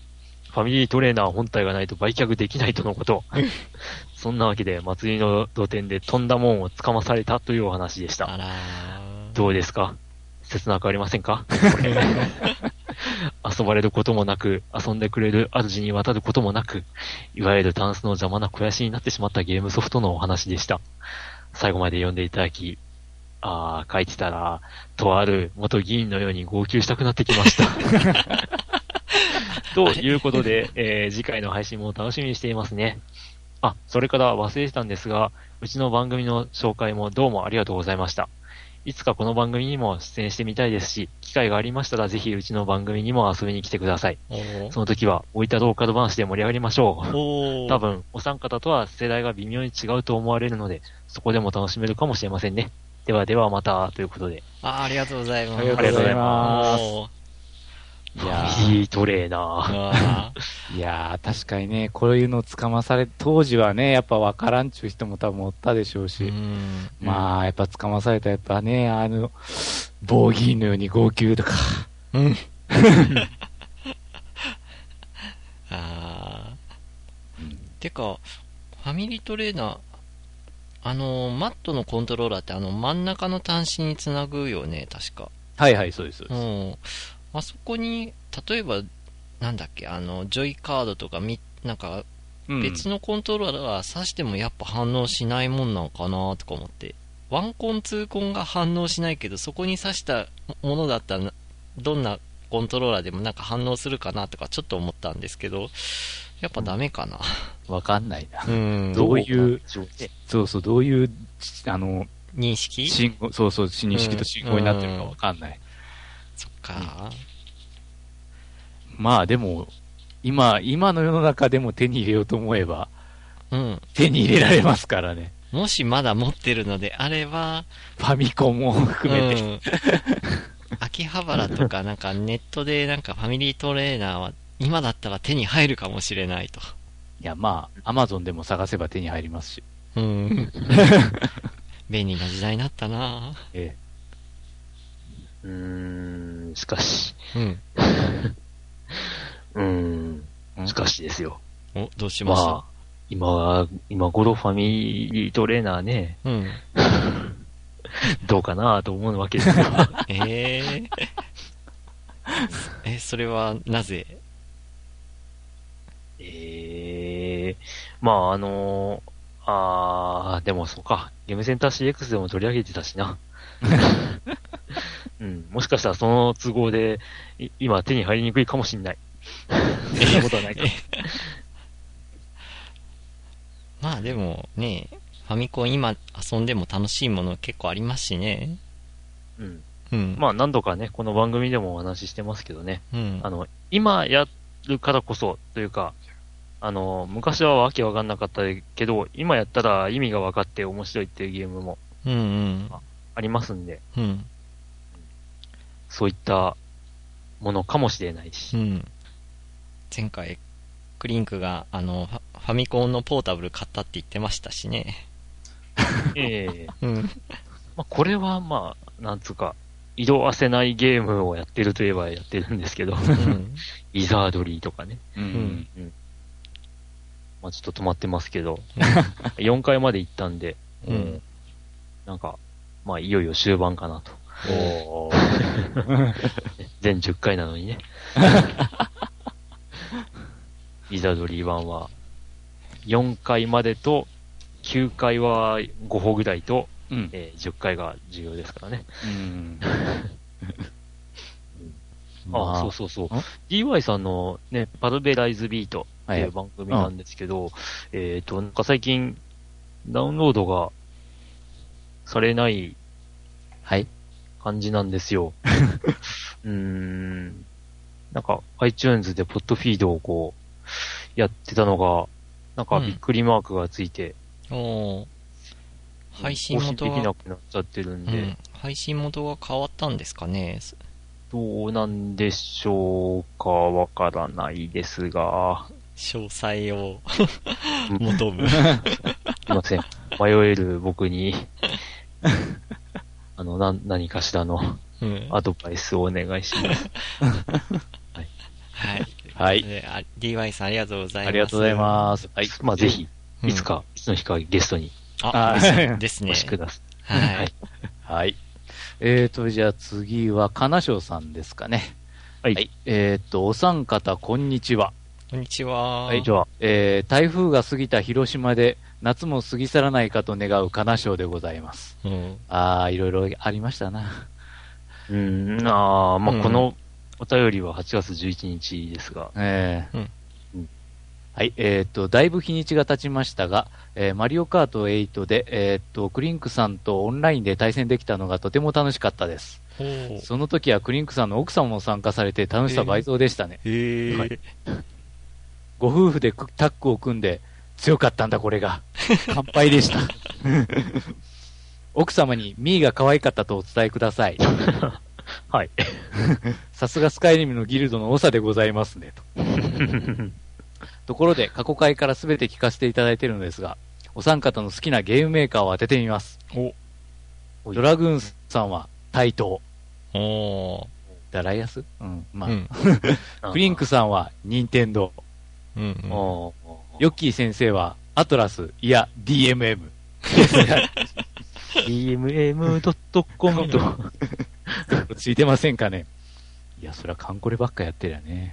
ファミリートレーナー本体がないと売却できないとのこと。そんなわけで、祭りの土手で飛んだもんをつかまされたというお話でした。 あらどうですか？切なくありませんか？遊ばれることもなく、遊んでくれる主に渡ることもなく、いわゆるタンスの邪魔な肥やしになってしまったゲームソフトのお話でした。最後まで読んでいただき、書いてたら、とある元議員のように号泣したくなってきました。ということで、次回の配信も楽しみにしていますね。それから忘れてたんですが、うちの番組の紹介もどうもありがとうございました。いつかこの番組にも出演してみたいですし、機会がありましたらぜひうちの番組にも遊びに来てください。その時は、置いたローカル話で盛り上がりましょう。多分、お三方とは世代が微妙に違うと思われるので、そこでも楽しめるかもしれませんね。ではではまた、ということで。 ありがとうございます。 ありがとうございます。 いやー、いいトレーナー。いやー、確かにね、こういうのつかまされ、当時はね、やっぱ分からんちゅう人も多分おったでしょうし、まあ、やっぱつかまされたらやっぱね、ボーギーのように号泣とか。 てか、ファミリートレーナー、マットのコントローラーって真ん中の端子につなぐよね、確か。 はいはい、そうです。 あそこに、例えば、なんだっけ、ジョイカードとかなんか、別のコントローラーが挿してもやっぱ反応しないもんなのかなとか思って。ワンコン、ツーコンが反応しないけど、そこに挿したものだったら、どんなコントローラーでもなんか反応するかなとかちょっと思ったんですけど、やっぱダメかな。 わかんないな。どういう、どういう、 認識？ 認識と信号になってるかわかんない。 そっか。 まあでも、今の世の中でも手に入れようと思えば、手に入れられますからね。 もしまだ持ってるのであれば、 ファミコンも含めて。 秋葉原とかなんかネットでなんかファミリートレーナーは今だったら手に入るかもしれないと。 いやまあ、アマゾンでも探せば手に入りますし。 便利な時代になったなぁ。しかし。しかしですよ。 どうしました？ 今頃ファミリートレーナーね。どうかなと思うわけですよ。 それはなぜ？ まあでもそうか。ゲームセンター CX でも取り上げてたしな。もしかしたらその都合で、今手に入りにくいかもしんない。そんなことはないか。 まあでもね、ファミコン今遊んでも楽しいもの結構ありますしね。 まあ何度かね、この番組でもお話ししてますけどね。今やるからこそというか、昔はわけわかんなかったけど、今やったら意味が分かって面白いっていうゲームも、ありますんで、そういったものかもしれないし。 前回、クリンクが、ファミコンのポータブル買ったって言ってましたしね。 これはまあ、なんつうか、色あせないゲームをやってるといえばやってるんですけど、イザードリーとかね。まあちょっと止まってますけど、4回まで行ったんで、なんか、まあいよいよ終盤かなと。全10回なのにね。イザードリー1は、4回までと、9回は5歩ぐらいと、10回が重要ですからね。そう。DY さんのね、パルベライズビートっていう番組なんですけど、なんか最近、ダウンロードがされない感じなんですよ。なんか iTunes でポッドフィードをこう、やってたのが、なんかびっくりマークがついて、 配信元が更新できなくなっちゃってるんで、 配信元が変わったんですかね。 どうなんでしょうか、わからないですが。 詳細を求む。 すいません。迷える僕に、何かしらのアドバイスをお願いします。 はい。 はい。 DY さんありがとうございます。 ありがとうございます。 はい。まあ、ぜひ、いつの日かゲストに。 ですね。 お越しください。 はい。 はい。じゃあ次は、金賞さんですかね。 はい。 お三方、こんにちは。 こんにちは。 はい。台風が過ぎた広島で、夏も過ぎ去らないかと願う金賞でございます。いろいろありましたな。 このお便りは8月11日ですが。 はい。だいぶ日にちが経ちましたが、マリオカート8で、クリンクさんとオンラインで対戦できたのがとても楽しかったです。その時はクリンクさんの奥様も参加されて楽しさ倍増でしたね。はい、ご夫婦でタッグを組んで強かったんだこれが。乾杯でした。奥様にミーが可愛かったとお伝えください。 はい。 さすがスカイリムのギルドの長でございますね。ところで、過去回から全て聞かせていただいているのですが、お三方の好きなゲームメーカーを当ててみます。ドラグーンさんは、タイトー。ダライアスクリンクさんは、ニンテンドー。ヨッキー先生は、アトラス、いや、DMM。 DMM.com と。 ついてませんかね。いや、そりゃカンコレばっかやってるよね。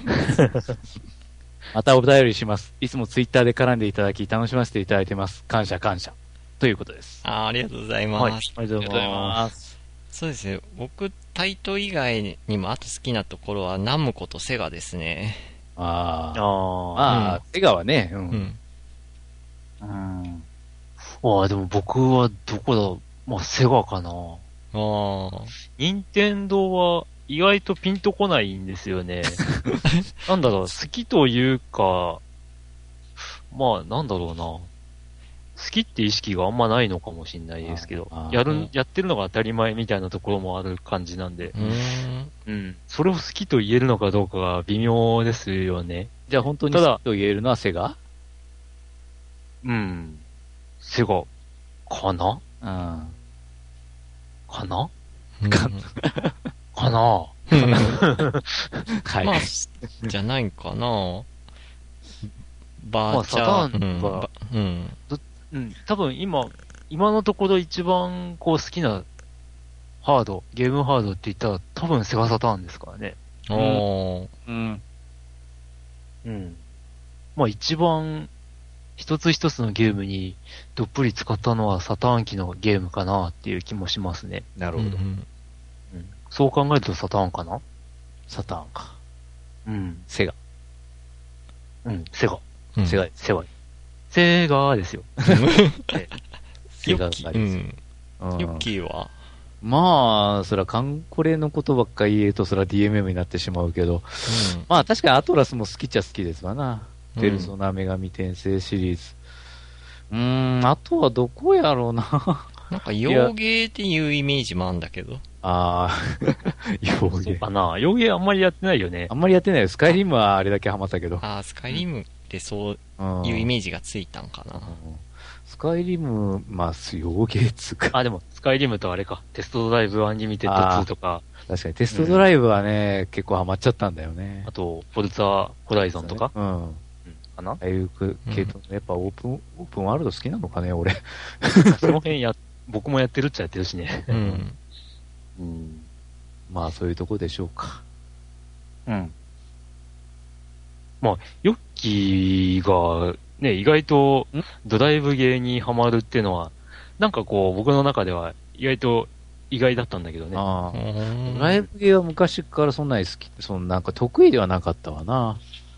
またお便りします。いつもツイッターで絡んでいただき、楽しませていただいてます。感謝感謝。ということです。 ありがとうございます。 はい、ありがとうございます。 そうですね。僕、タイト以外にもあと好きなところはナムコとセガですね。 セガはね、 でも僕はどこだ、セガかな。任天堂は意外とピンとこないんですよね。なんだろう、好きというか、なんだろうな。好きって意識があんまないのかもしれないですけど、やってるのが当たり前みたいなところもある感じなんで、それを好きと言えるのかどうかが微妙ですよね。 じゃあ本当に好きと言えるのはセガ？ セガ、かなかなかなはい。 じゃないかなサターンは、多分今のところ一番好きなゲームハードって言ったら多分セガサターンですからね。一番一つ一つのゲームにどっぷり使ったのはサターン機のゲームかなっていう気もしますね。 なるほど。 そう考えるとサターンかな？ サターンか。 セガ。セガ。 セガです。 セガですよ。 セガです。ヨッキーはそらカンコレのことばっか言えるとそら DMM になってしまうけど、確かにアトラスも好きっちゃ好きですわな。ペルソナ女神転生シリーズ。あとはどこやろうな。 なんか、洋芸っていうイメージもあるんだけど。 洋芸。 かな。洋芸あんまりやってないよね。 あんまりやってないよ。スカイリムはあれだけハマったけど。 スカイリムってそういうイメージがついたんかな。 スカイリム、洋芸つか。 でも、スカイリムとあれか。テストドライブアンリミテッド2とか。 確かにテストドライブはね、結構ハマっちゃったんだよね。 あと、フォルツァホライゾンとか。かな？ ああいう系統の、やっぱオープンワールド好きなのかね、俺。 その辺僕もやってるっちゃやってるしね。 そういうとこでしょうか。 ヨッキーがね、意外とドライブゲーにハマるっていうのは、なんか僕の中では意外だったんだけどね。 ドライブゲーは昔からそんなに好き、なんか得意ではなかったわな。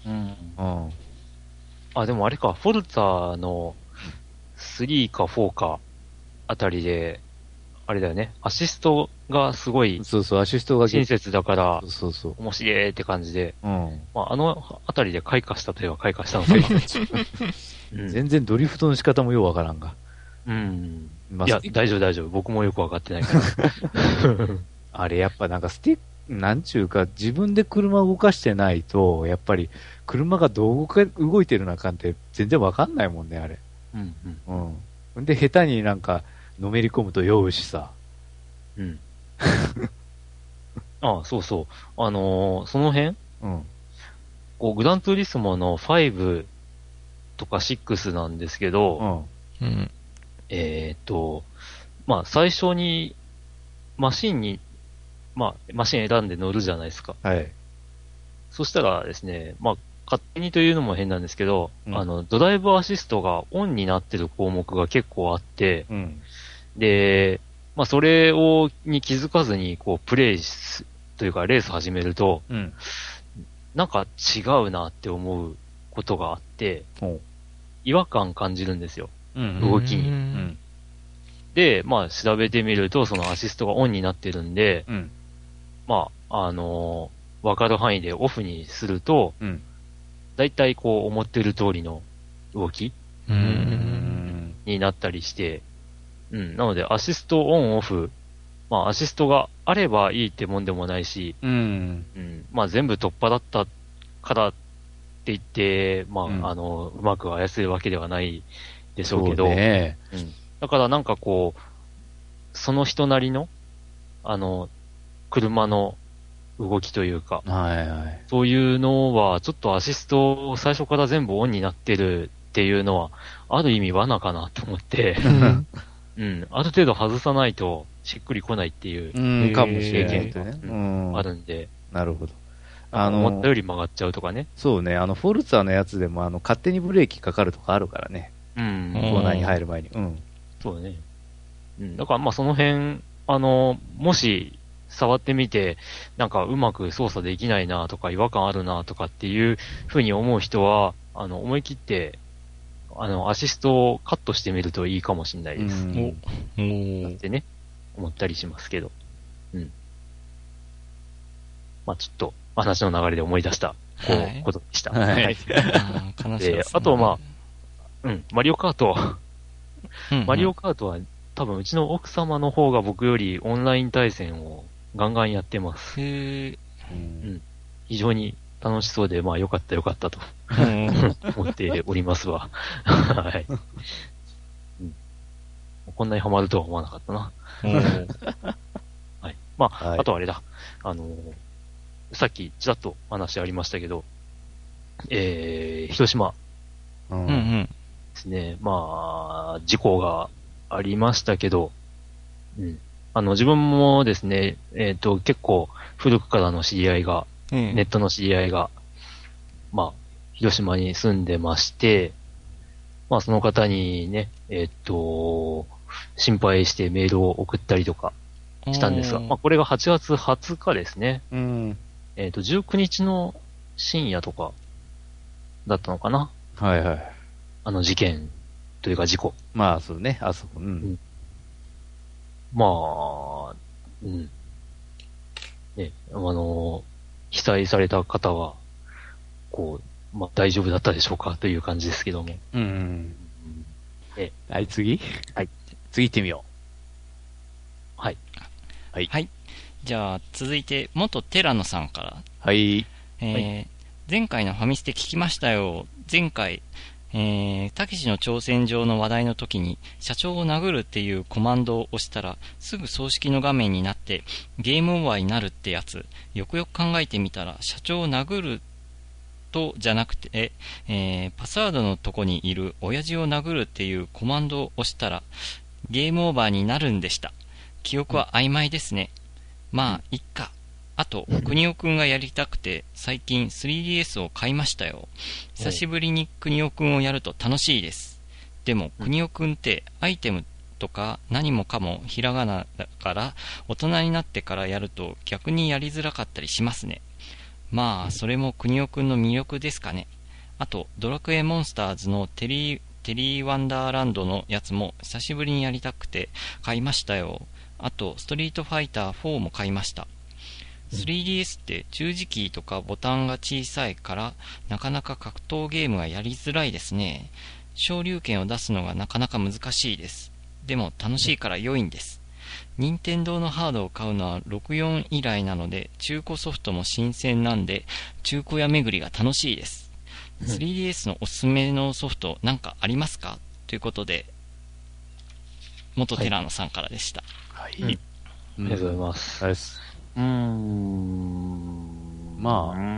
でもあれか、フォルツァの3か4かあたりで、あれだよね、アシストがすごい、 アシストが親切だから、面白いって感じで、あのあたりで開花したといえば開花したのかな。全然ドリフトの仕方もようわからんが。 いや、大丈夫。僕もよくわかってないから。 あれ、やっぱなんかなんちゅうか、自分で車を動かしてないと、やっぱり、車がどう動いてるのかって全然わかんないもんね、あれ。で、下手になんか、のめり込むと酔うしさ。 そうそう。その辺グランツーリスモの5とか6なんですけど、 うん。 まあ、最初に、マシン選んで乗るじゃないですか。 はい。 そしたらですね、まあ、勝手にというのも変なんですけど、 うん、 ドライブアシストがオンになってる項目が結構あって、 うん。 で、まあ、それに気づかずに、プレイというか、レース始めると、 うん。 なんか違うなって思うことがあって、 ほう。 違和感感じるんですよ。 うん。 動きに。 うん。 で、まあ、調べてみると、そのアシストがオンになってるんで、 うん。 まあ、わかる範囲でオフにすると、 うん。 だいたい思ってる通りの動きになったりして、うん。なので、アシストオンオフ、まあ、アシストがあればいいってもんでもないし、 うん。 うん。まあ、全部取っ払ったからって言って、まあ、 うん、 うまく操るわけではないでしょうけど、 ね、 うん。だからなんかその人なりの、車の動きというか、 はいはい。 そういうのは、ちょっとアシストを最初から全部オンになってるっていうのは、ある意味罠かなと思って、うん、ある程度外さないとしっくりこないっていううん、かもしれない経験が、 うん。 あるんで、 なるほど。 思ったより曲がっちゃうとかね。 そうね、フォルツァのやつでも、勝手にブレーキかかるとかあるからね。 うん。 コーナーに入る前に。うん。 そうだね。うん。だからまあその辺、もし触ってみて、なんかうまく操作できないなとか違和感あるなとかっていうふうに思う人は、思い切って、アシストをカットしてみるといいかもしれないです。ってね、思ったりしますけど。うん。まあちょっと、話の流れで思い出した、ことでした。 はい。 で、あとまあ、うん、マリオカート。マリオカートは多分うちの奥様の方が僕よりオンライン対戦をガンガンやってます。うん。非常に楽しそうで、まあよかったよかったと思っておりますわ。はい。うん、こんなにハマるとは思わなかったな。はい。まあ、はい、あとあれだ。さっきちらっと話ありましたけど、広島。ですね。まあ、事故がありましたけど、うん。自分もですね、結構古くからの知り合いが、ネットの知り合いが、まあ、広島に住んでまして、まあ、その方にね、心配してメールを送ったりとかしたんですが、まあ、これが8月20日ですね。19日の深夜とかだったのかな。 はいはい。 事件というか事故。 まあ、そうね、あそこ、うん。 まあ、うん。ね、被災された方は、まあ大丈夫だったでしょうかという感じですけども。 はい、次はい。 次行ってみよう。はい。 はい。はい。じゃあ、続いて、元寺野さんから。 はい。 前回のファミステ聞きましたよ。前回、たけしの挑戦状の話題の時に、社長を殴るっていうコマンドを押したら、すぐ葬式の画面になって、ゲームオーバーになるってやつ、よくよく考えてみたら、社長を殴るとじゃなくて、パスワードのとこにいる親父を殴るっていうコマンドを押したら、ゲームオーバーになるんでした。記憶は曖昧ですね。まあ、いっか。あと、国尾くんがやりたくて、最近 3DS を買いましたよ。久しぶりに国尾くんをやると楽しいです。でも、国尾くんってアイテムとか何もかもひらがなだから、大人になってからやると逆にやりづらかったりしますね。まあ、それも国尾くんの魅力ですかね。あと、ドラクエモンスターズのテリーワンダーランドのやつも久しぶりにやりたくて買いましたよ。あと、ストリートファイター4も買いました。3DS って十字キーとかボタンが小さいからなかなか格闘ゲームがやりづらいですね。昇竜拳を出すのがなかなか難しいです。でも楽しいから良いんです。任天堂のハードを買うのは64以来なので中古ソフトも新鮮なんで中古屋巡りが楽しいです。3DS のおすすめのソフトなんかありますかということで元寺野さんからでした。 はい。 ありがとうございます。 まあ、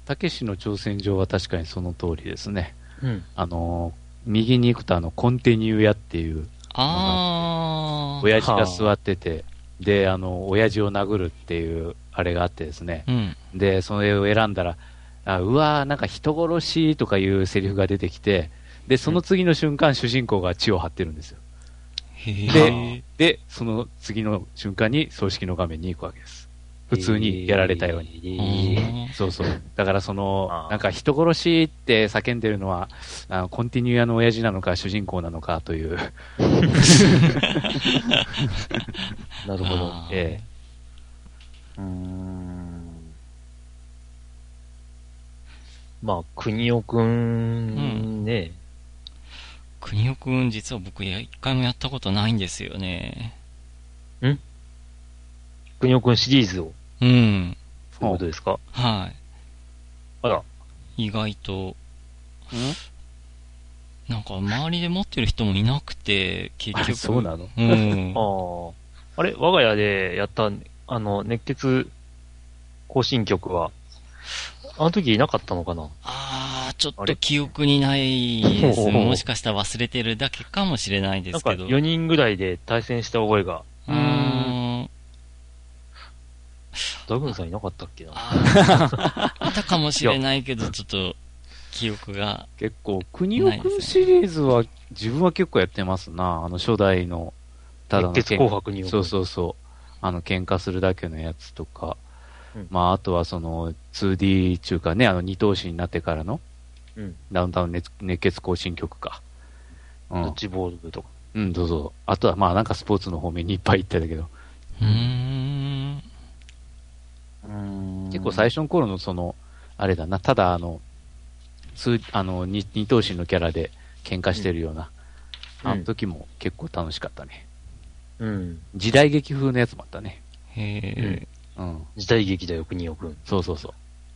たけしの挑戦状は確かにその通りですね。 うん。 右に行くとコンティニュー屋っていう、親父が座ってて、で、親父を殴るっていう、あれがあってですね。 うん、 で、それを選んだら、うわー、なんか人殺しとかいうセリフが出てきて、で、その次の瞬間、主人公が血を張ってるんですよ。で、その次の瞬間に葬式の画面に行くわけです。普通にやられたように。そうそう。だからなんか人殺しって叫んでるのは、コンティニュー屋の親父なのか主人公なのかという。 なるほど。まあ、国尾くんね。 国尾くん実は僕一回もやったことないんですよね。 国尾くんシリーズを。 うん。 そういうことですか？ はい。 あら。 意外と。なんか周りで持ってる人もいなくて、結局。 そうなの？ うん。 あれ我が家でやった、熱血行進曲は、あの時いなかったのかな？ ちょっと記憶にないです。もしかしたら忘れてるだけかもしれないですけど。 なんか4人ぐらいで対戦した覚えが。ダグンさんいなかったっけな？ いたかもしれないけど、ちょっと、記憶が。 結構、国尾くんシリーズは、自分は結構やってますな。初代の、 ただの熱血紅白に。 そうそうそう。喧嘩するだけのやつとか。まあ、あとは2D 中かね、二頭身になってからの、ダウンタウン熱血行進曲か。 ドッジボールとか。 どうぞ。あとは、まあ、なんかスポーツの方面にいっぱい行ってたけど。結構最初の頃のあれだな、ただ二頭身のキャラで喧嘩してるような、あの時も結構楽しかったね。時代劇風のやつもあったね。 時代劇だよ、国尾くん。 そうそうそう。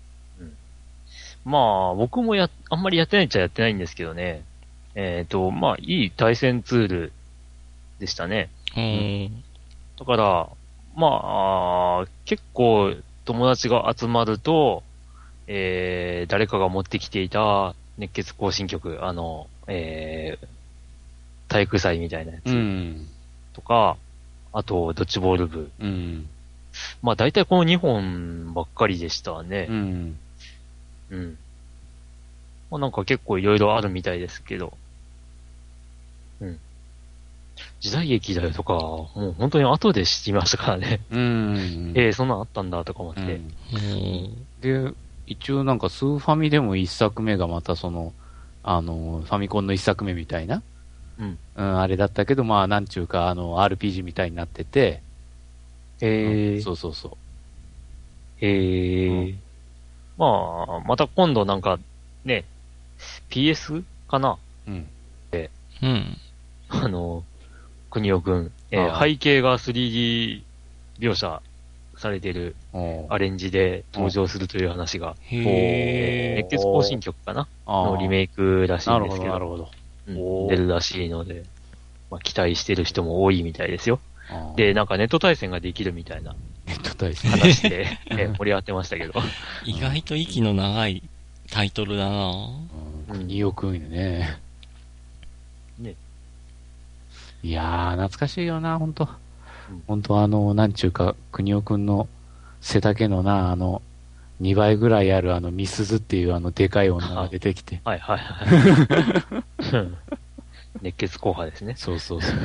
まあ、僕もあんまりやってないっちゃやってないんですけどね。まあ、いい対戦ツールでしたね。だから、まあ、結構友達が集まると、誰かが持ってきていた熱血行進曲、体育祭みたいなやつとか、あと、ドッジボール部。まあ、大体この2本ばっかりでしたね。まあ、なんか結構いろいろあるみたいですけど。時代劇だよとか、もう本当に後で知りましたからね。そんなんあったんだとか思って。 で、一応なんかスーファミでも一作目がまたファミコンの一作目みたいな、あれだったけど、まあなんちゅうかRPG みたいになってて、そうそうそう。 まあ、また今度なんか、ね、PS かな？国尾くん、背景が 3D 描写されているアレンジで登場するという話が、熱血行進曲かなのリメイクらしいんですけど、 なるほど。 出るらしいので、まあ、期待してる人も多いみたいですよ。で、なんかネット対戦ができるみたいな話で、盛り上がってましたけど。 意外と息の長いタイトルだな国尾くんね。いやー、懐かしいよな、ほんと。ほんとなんちゅうか、国尾くんの背丈のな、2倍ぐらいあるミスズっていうでかい女が出てきて。 はいはいはい。熱血硬派ですね。 そうそうそう。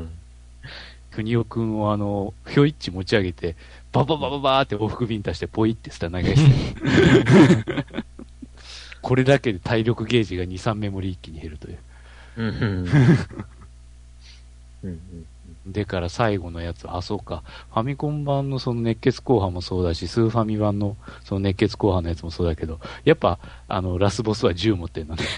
国尾くんをひょいっち持ち上げて、バババババーって往復ビンタしてポイってスタ投げして。これだけで体力ゲージが2、3メモリ一気に減るという。でから最後のやつ、そうか。ファミコン版のその熱血硬派もそうだし、スーファミ版のその熱血硬派のやつもそうだけど、やっぱ、ラスボスは銃持ってんのね。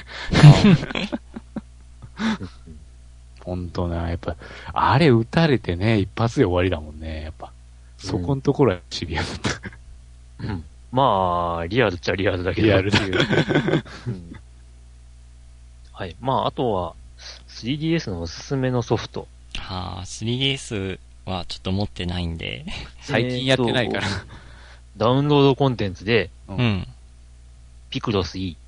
ほんとな、やっぱ、あれ撃たれてね、一発で終わりだもんね、やっぱ。そこのところはシビアだった。 まあ、リアルっちゃリアルだけど。 リアルだ。 はい。まあ、あとは、3DS のおすすめのソフト。 3DS はちょっと持ってないんで。 最近やってないから。 ダウンロードコンテンツで、 ピクロスいい。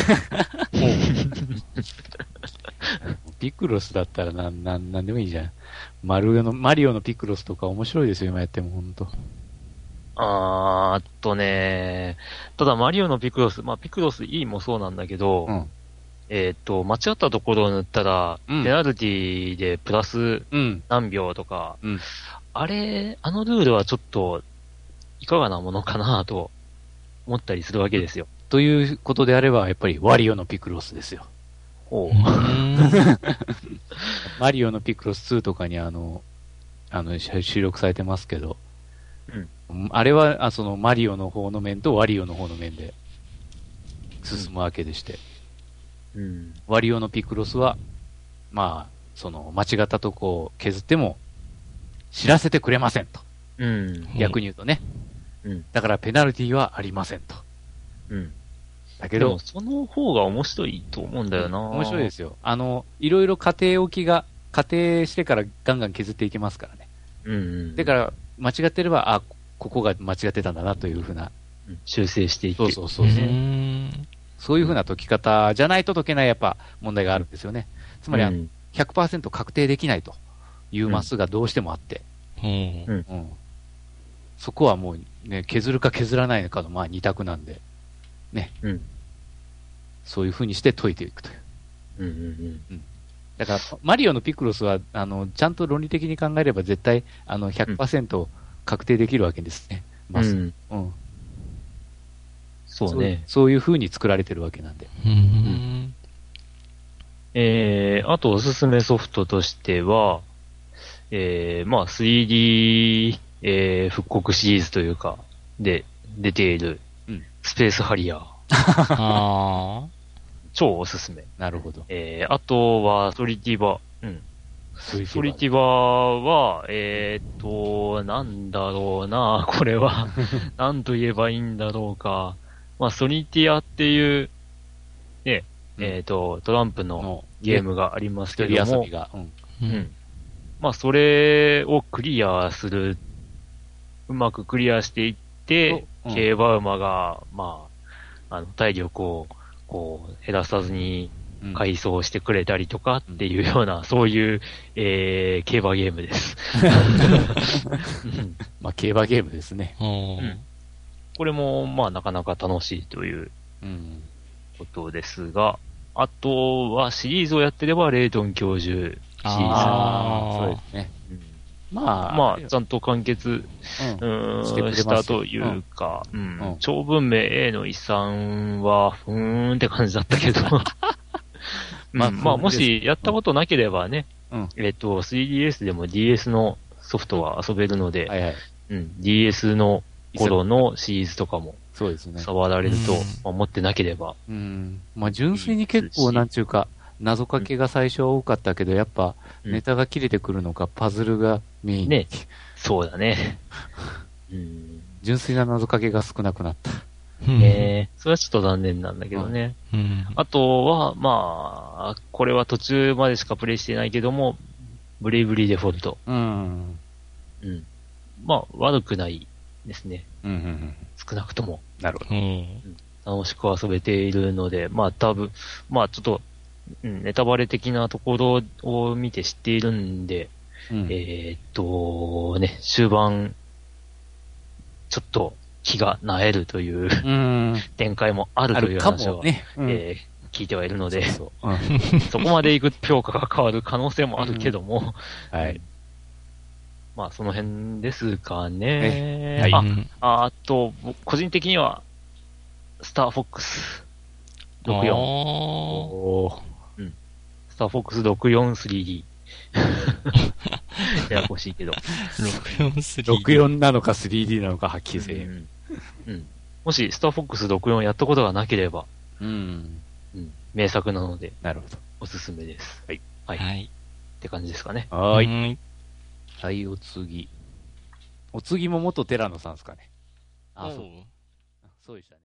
ピクロスだったらなんでもいいじゃん。マリオのピクロスとか面白いですよ、今やってもほんと。 ただマリオのピクロス、まあピクロス E もそうなんだけど、 うん。 間違ったところを塗ったら、ペナルティでプラス何秒とか、あのルールはちょっと、いかがなものかなと思ったりするわけですよ。 ということであれば、やっぱりワリオのピクロスですよ。 ほう。 マリオのピクロス2とかに収録されてますけど、あれは、マリオの方の面とワリオの方の面で進むわけでして、ワリオのピクロスは、まあ、間違ったとこを削っても知らせてくれませんと。逆に言うとね。だからペナルティはありませんと。だけど、 その方が面白いと思うんだよな。 面白いですよ。いろいろ仮定してからガンガン削っていけますからね。だから、間違ってれば、ここが間違ってたんだなというふうな。 修正していって。 そう。そういうふうな解き方じゃないと解けないやっぱ問題があるんですよね。つまり100% 確定できないというマスがどうしてもあって。そこはもうね、削るか削らないのかのまあ二択なんで。ね。そういうふうにして解いていくという。だから、マリオのピクロスは、ちゃんと論理的に考えれば絶対、100% 確定できるわけですね。マス。 そうね。 そういう風に作られてるわけなんで。 あとおすすめソフトとしては、まあ 3D、復刻シリーズというか、で出ている、スペースハリアー。超おすすめ。 なるほど。 あとは、ソリティバ。ソリティバは、なんだろうな、これは。なんと言えばいいんだろうか。まあ、ソリティアっていう、ね、トランプのゲームがありますけども。 一人遊びが。 まあ、それをクリアする、うまくクリアしていって、競馬馬が、まあ、体力を、こう、減らさずに、改装してくれたりとかっていうような、そういう、競馬ゲームです。 まあ、競馬ゲームですね。 これも、まあ、なかなか楽しいということですが、あとはシリーズをやってれば、レイトン教授シリーズ。 そうですね。 まあ、ちゃんと完結、したというか、長文明 A の遺産は、って感じだったけど、まあ、もしやったことなければね、3DS でも DS のソフトは遊べるので、DS の頃のシリーズとかも、 そうですね。 触られると思ってなければ。 まあ、純粋に結構、なんちゅうか、謎かけが最初は多かったけど、やっぱ、ネタが切れてくるのか、パズルがメイン。 ね。そうだね。 純粋な謎かけが少なくなった。 それはちょっと残念なんだけどね。あとは、まあ、これは途中までしかプレイしてないけども、ブレイブリーデフォルト。まあ、悪くないですね。少なくとも。 なるほど。 楽しく遊べているので、まあ多分、まあちょっと、ネタバレ的なところを見て知っているんで、終盤、ちょっと気がなえるという展開もあるという話は、聞いてはいるので、そこまで行く評価が変わる可能性もあるけども、まあその辺ですかね。あと、個人的には、スターフォックス64。スターフォックス 64-3D。ややこしいけど。 64なのか 3D なのかはっきりせえ。 もし、スターフォックス64やったことがなければ、名作なので、 なるほど。 おすすめです。 はい。 って感じですかね。 はい、お次。お次も元寺野さんですかね。そうでしたね。